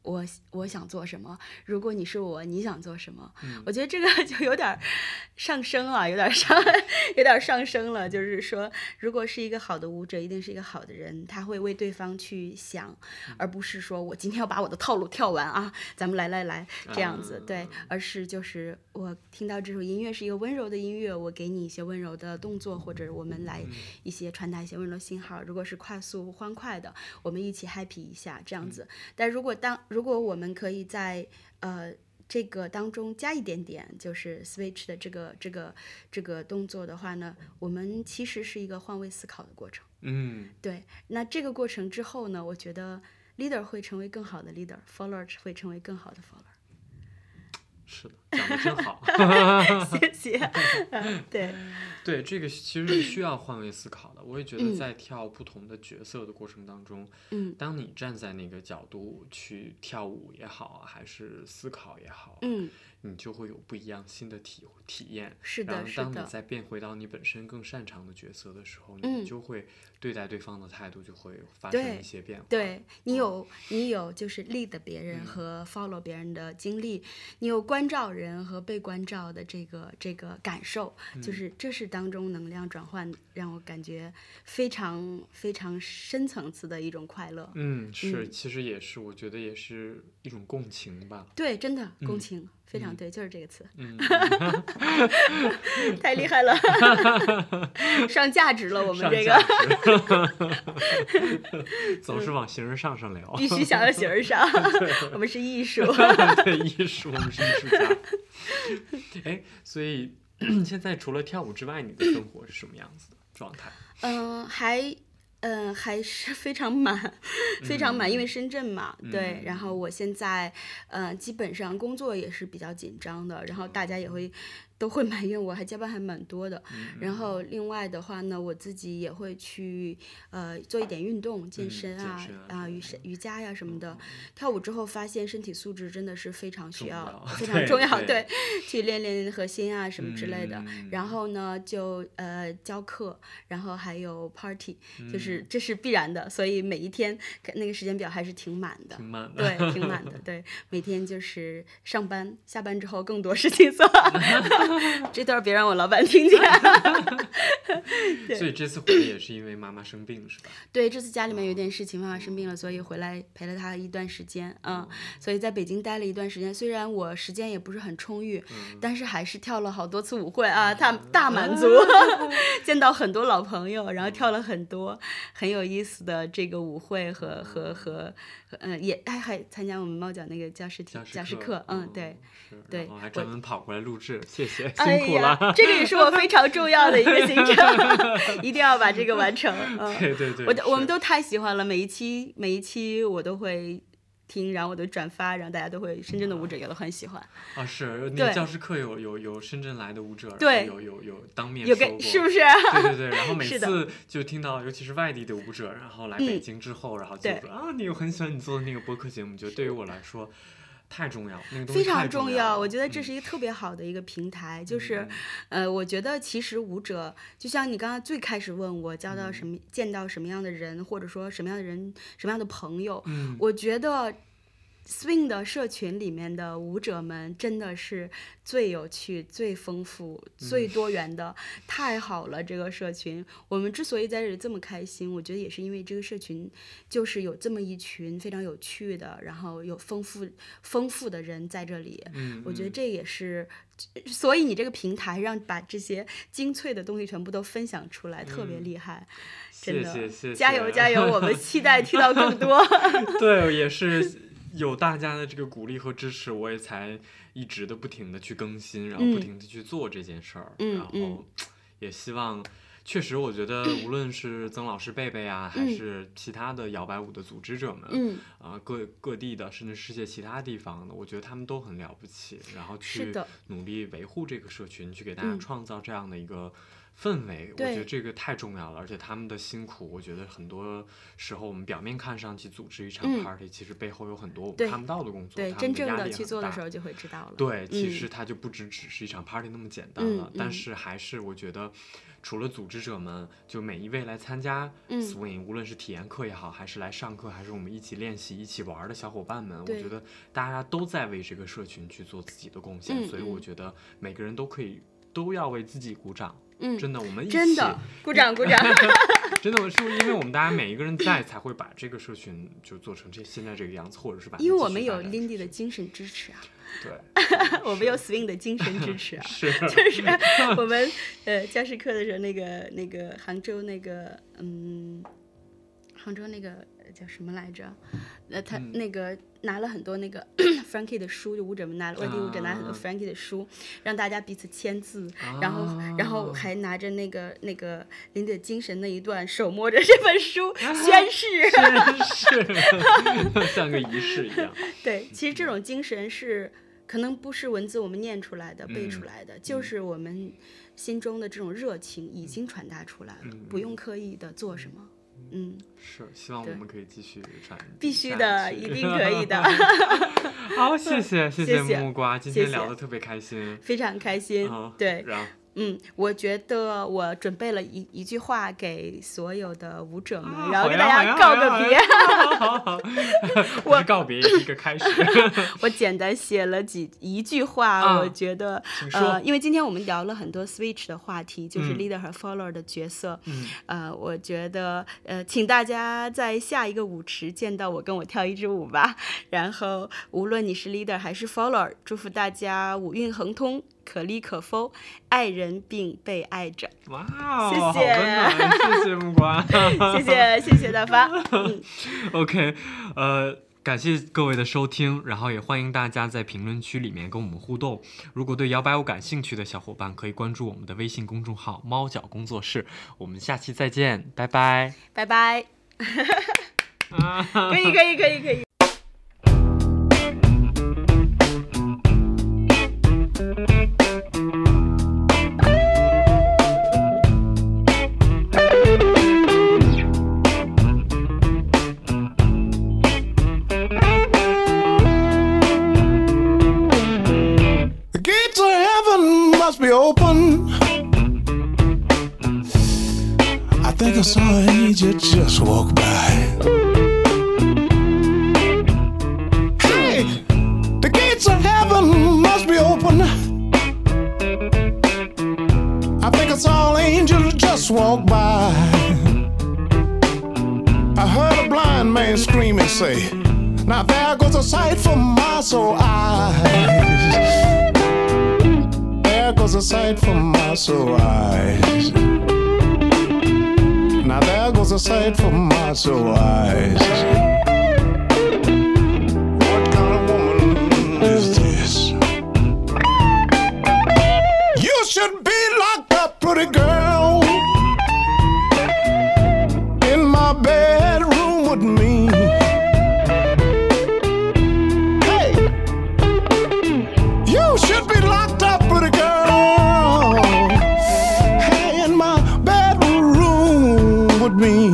我我想做什么，如果你是我，你想做什么？ 嗯、 我觉得这个就有点上升了，有点上，有点上升了。就是说，如果是一个好的舞者，一定是一个好的人，他会为对方去想， 嗯、 而不是说我今天要把我的套路跳完啊，咱们来来来这样子，嗯、对，而是就是我听到这首音乐是一个温柔的音乐，我给你一些温柔的动作，或者我们来一些传达一些温柔信号。如果是快速欢快的，我们一起 happy 一下这样子。但如果当如果我们可以在呃这个当中加一点点就是 switch 的这个这个这个动作的话呢，我们其实是一个换位思考的过程。 嗯， 对。那这个过程之后呢，我觉得 leader 会成为更好的 leader，follower 会成为更好的 follower。 是的，讲得真好。 谢谢。嗯、对对，这个其实是需要换位思考的。我也觉得在跳不同的角色的过程当中，嗯，当你站在那个角度去跳舞也好，还是思考也好，嗯，你就会有不一样新的体体验。 是的， 然后当你再变回到你本身更擅长的角色的时候，嗯、你就会对待对方的态度就会发生一些变化。 对，对你有、嗯、你有就是 lead 别人和 follow 别人的经历，嗯、你有关照人和被关照的这个这个感受，嗯、就是这是当中能量转换让我感觉非常非常深层次的一种快乐。 嗯，是，嗯、其实也是，我觉得也是一种共情吧。 对，真的共情。嗯，非常对，嗯、就是这个词。 嗯， 太厉害了，上价值了，我们这个。 总是往形而上上聊。 必须想要形而上，我们是艺术。 对，艺术，我们是艺术家。哎，所以现在除了跳舞之外，你的生活是什么样子的状态？ 嗯、呃，还。嗯，还是非常满，非常满，嗯、因为深圳嘛，嗯、对。然后我现在，呃，基本上工作也是比较紧张的，然后大家也会。都会埋怨我，还加班还蛮多的。嗯、然后另外的话呢，我自己也会去呃做一点运动，健身啊，嗯、啊瑜瑜伽呀什么的。嗯、跳舞之后发现身体素质真的是非常需要，非常重要，对, 对，去练练核心啊什么之类的。嗯、然后呢，就呃教课，然后还有 party，嗯、就是这是必然的，所以每一天那个时间表还是挺满的， 挺满的， 对，挺满的，对，每天就是上班，下班之后更多事情做。这段别让我老板听见。 所以这次回来也是因为妈妈生病是吧？ 对，这次家里面有点事情，妈妈生病了，所以回来陪了她一段时间。嗯，所以在北京待了一段时间，虽然我时间也不是很充裕，嗯、但是还是跳了好多次舞会啊，大大满足，见到很多老朋友，然后跳了很多很有意思的这个舞会和和和，嗯，也还还参加我们猫脚那个教师体教师课，嗯，对，对， 然后还专门跑过来录制，谢谢。辛苦了、哎、这个也是我非常重要的一个行程。一定要把这个完成。嗯、 对对对， 我我们都太喜欢了，每一期每一期我都会听，然后我都转发，然后大家都会，深圳的舞者也都很喜欢。 啊，是那个教师课有有有深圳来的舞者， 对， 有有有当面有说过， 是不是？ 对对对，然后每次就听到，尤其是外地的舞者，然后来北京之后，嗯、然后就说啊，你我很喜欢你做的那个播客节目，就对于我来说。太重要，那个东西非常重要。 我觉得这是一个特别好的一个平台，嗯、就是，呃，我觉得其实舞者，就像你刚刚最开始问我交到什么、嗯、见到什么样的人，或者说什么样的人、什么样的朋友， 嗯、 我觉得。swing 的社群里面的舞者们真的是最有趣、最丰富、最多元的，嗯、太好了！这个社群，我们之所以在这里这么开心，我觉得也是因为这个社群就是有这么一群非常有趣的，然后有丰富丰富的人在这里。 嗯， 我觉得这也是，所以你这个平台让把这些精粹的东西全部都分享出来，嗯、特别厉害。真的， 谢谢谢谢， 加油加油！我们期待听到更多。 对，也是。有大家的这个鼓励和支持，我也才一直的不停的去更新，然后不停的去做这件事儿， 嗯、 然后也希望，确实我觉得无论是曾老师、贝贝啊， 嗯、 还是其他的摇摆舞的组织者们， 嗯啊、呃、各各地的，甚至世界其他地方的，我觉得他们都很了不起，然后去努力维护这个社群，去给大家创造这样的一个氛围，我觉得这个太重要了，而且他们的辛苦，我觉得很多时候我们表面看上去组织一场 party，、嗯、其实背后有很多我们看不到的工作， 对， 他们真正的去做的时候就会知道了。 对，其实它就不只只是一场 party 那么简单了， 嗯、 但是还是我觉得，除了组织者们，就每一位来参加 swing，、嗯、无论是体验课也好，还是来上课，还是我们一起练习、一起玩的小伙伴们，我觉得大家都在为这个社群去做自己的贡献， 嗯、 所以我觉得每个人都可以都要为自己鼓掌。 嗯， 真的，我们一起真的鼓掌鼓掌。 真的，是因为我们大家每一个人在，才会把这个社群就做成这现在这个样子，或者是把因为我们有 Lindy 的精神支持啊。 对， 我们有 swing 的精神支持啊。 是， 就是我们呃教师课的时候，那个那个杭州那个嗯，杭州那个叫什么来着？呃，他那个拿了很多那个 Frankie 的书，就舞者们拿了外地舞者拿了很多 Frankie 的书，让大家彼此签字， 啊、 然后然后还拿着那个那个林的精神那一段，手摸着这本书、啊、宣誓， 宣誓，像个仪式一样。 对，其实这种精神是可能不是文字我们念出来的、嗯、背出来的，就是我们心中的这种热情已经传达出来了，嗯、不用刻意的做什么。嗯， 是，希望我们可以继续传， 必须的，一定可以的。 好，谢谢谢谢木瓜，今天聊得特别开心， 非常开心。 哦、 对， 然后嗯，我觉得我准备了一一句话给所有的舞者们， 啊、 然后跟大家告个别。 好好，我告别一个开始。 我简单写了几一句话， 啊、 我觉得呃，因为今天我们聊了很多 switch 的话题，就是 leader 和 follower 的角色。 嗯， 呃，我觉得呃，请大家在下一个舞池见到我，跟我跳一支舞吧。然后，无论你是 leader 还是 follower， 祝福大家舞运亨通。可立可否，爱人并被爱着。 哇， 谢谢， 好温暖，谢谢木瓜， 谢谢谢谢大发。嗯、 OK， 呃，感谢各位的收听，然后也欢迎大家在评论区里面跟我们互动。如果对摇摆舞感兴趣的小伙伴，可以关注我们的微信公众号“猫脚工作室”。我们下期再见，拜拜， 拜拜。可以可以可以可以。 Be open. I think I saw an angel just walk by. Hey, the gates of heaven must be open. I think I saw an angel just walk by. I heard a blind man scream and say, now there goes a sight for my soul eyes. There goes a sight for my soul eyes. Now there goes a sight for my soul eyes. What kind of woman is this? You should be locked up, pretty girl, in my bedroom with me. Hey, you should be locked up, pretty girl. Me.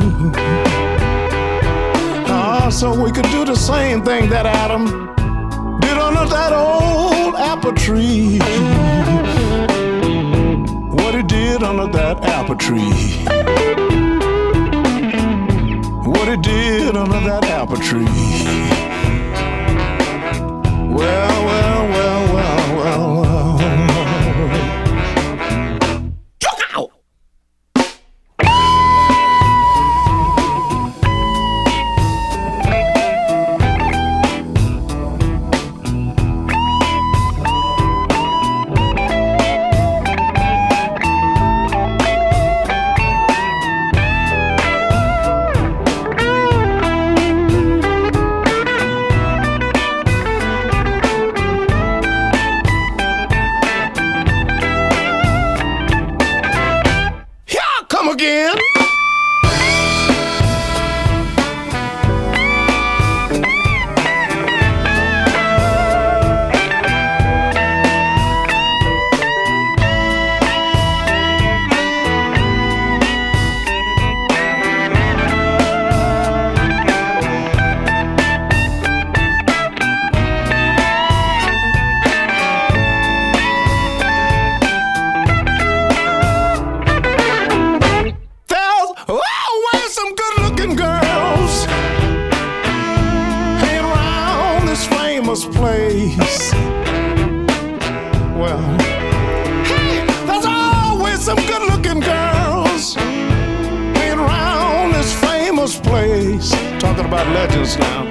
Uh, so we could do the same thing that Adam did under that old apple tree. What he did under that apple tree. What he did under that apple tree. Well, well, well, well, well, well. famous place. Well, hey, there's always some good-looking girls hanging around this famous place. Talking about legends now.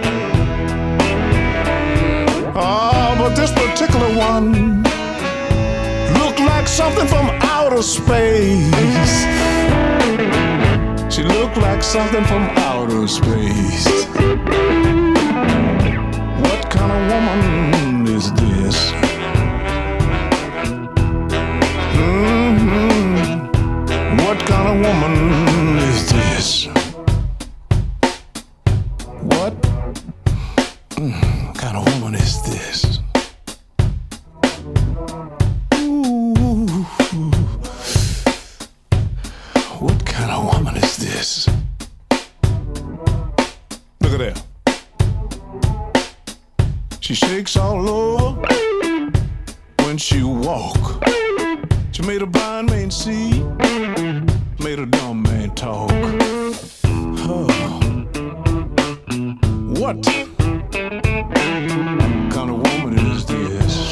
Oh, but this particular one looked like something from outer space. She looked like something from outer space. What kind of woman is this? Mm-hmm. What kind of woman is this? What mm, kind of woman is this? Ooh. What kind of woman is this? Look at that. She shakes all over when she walk. She made a blind man see, made a dumb man talk. Oh. What kind of woman is this?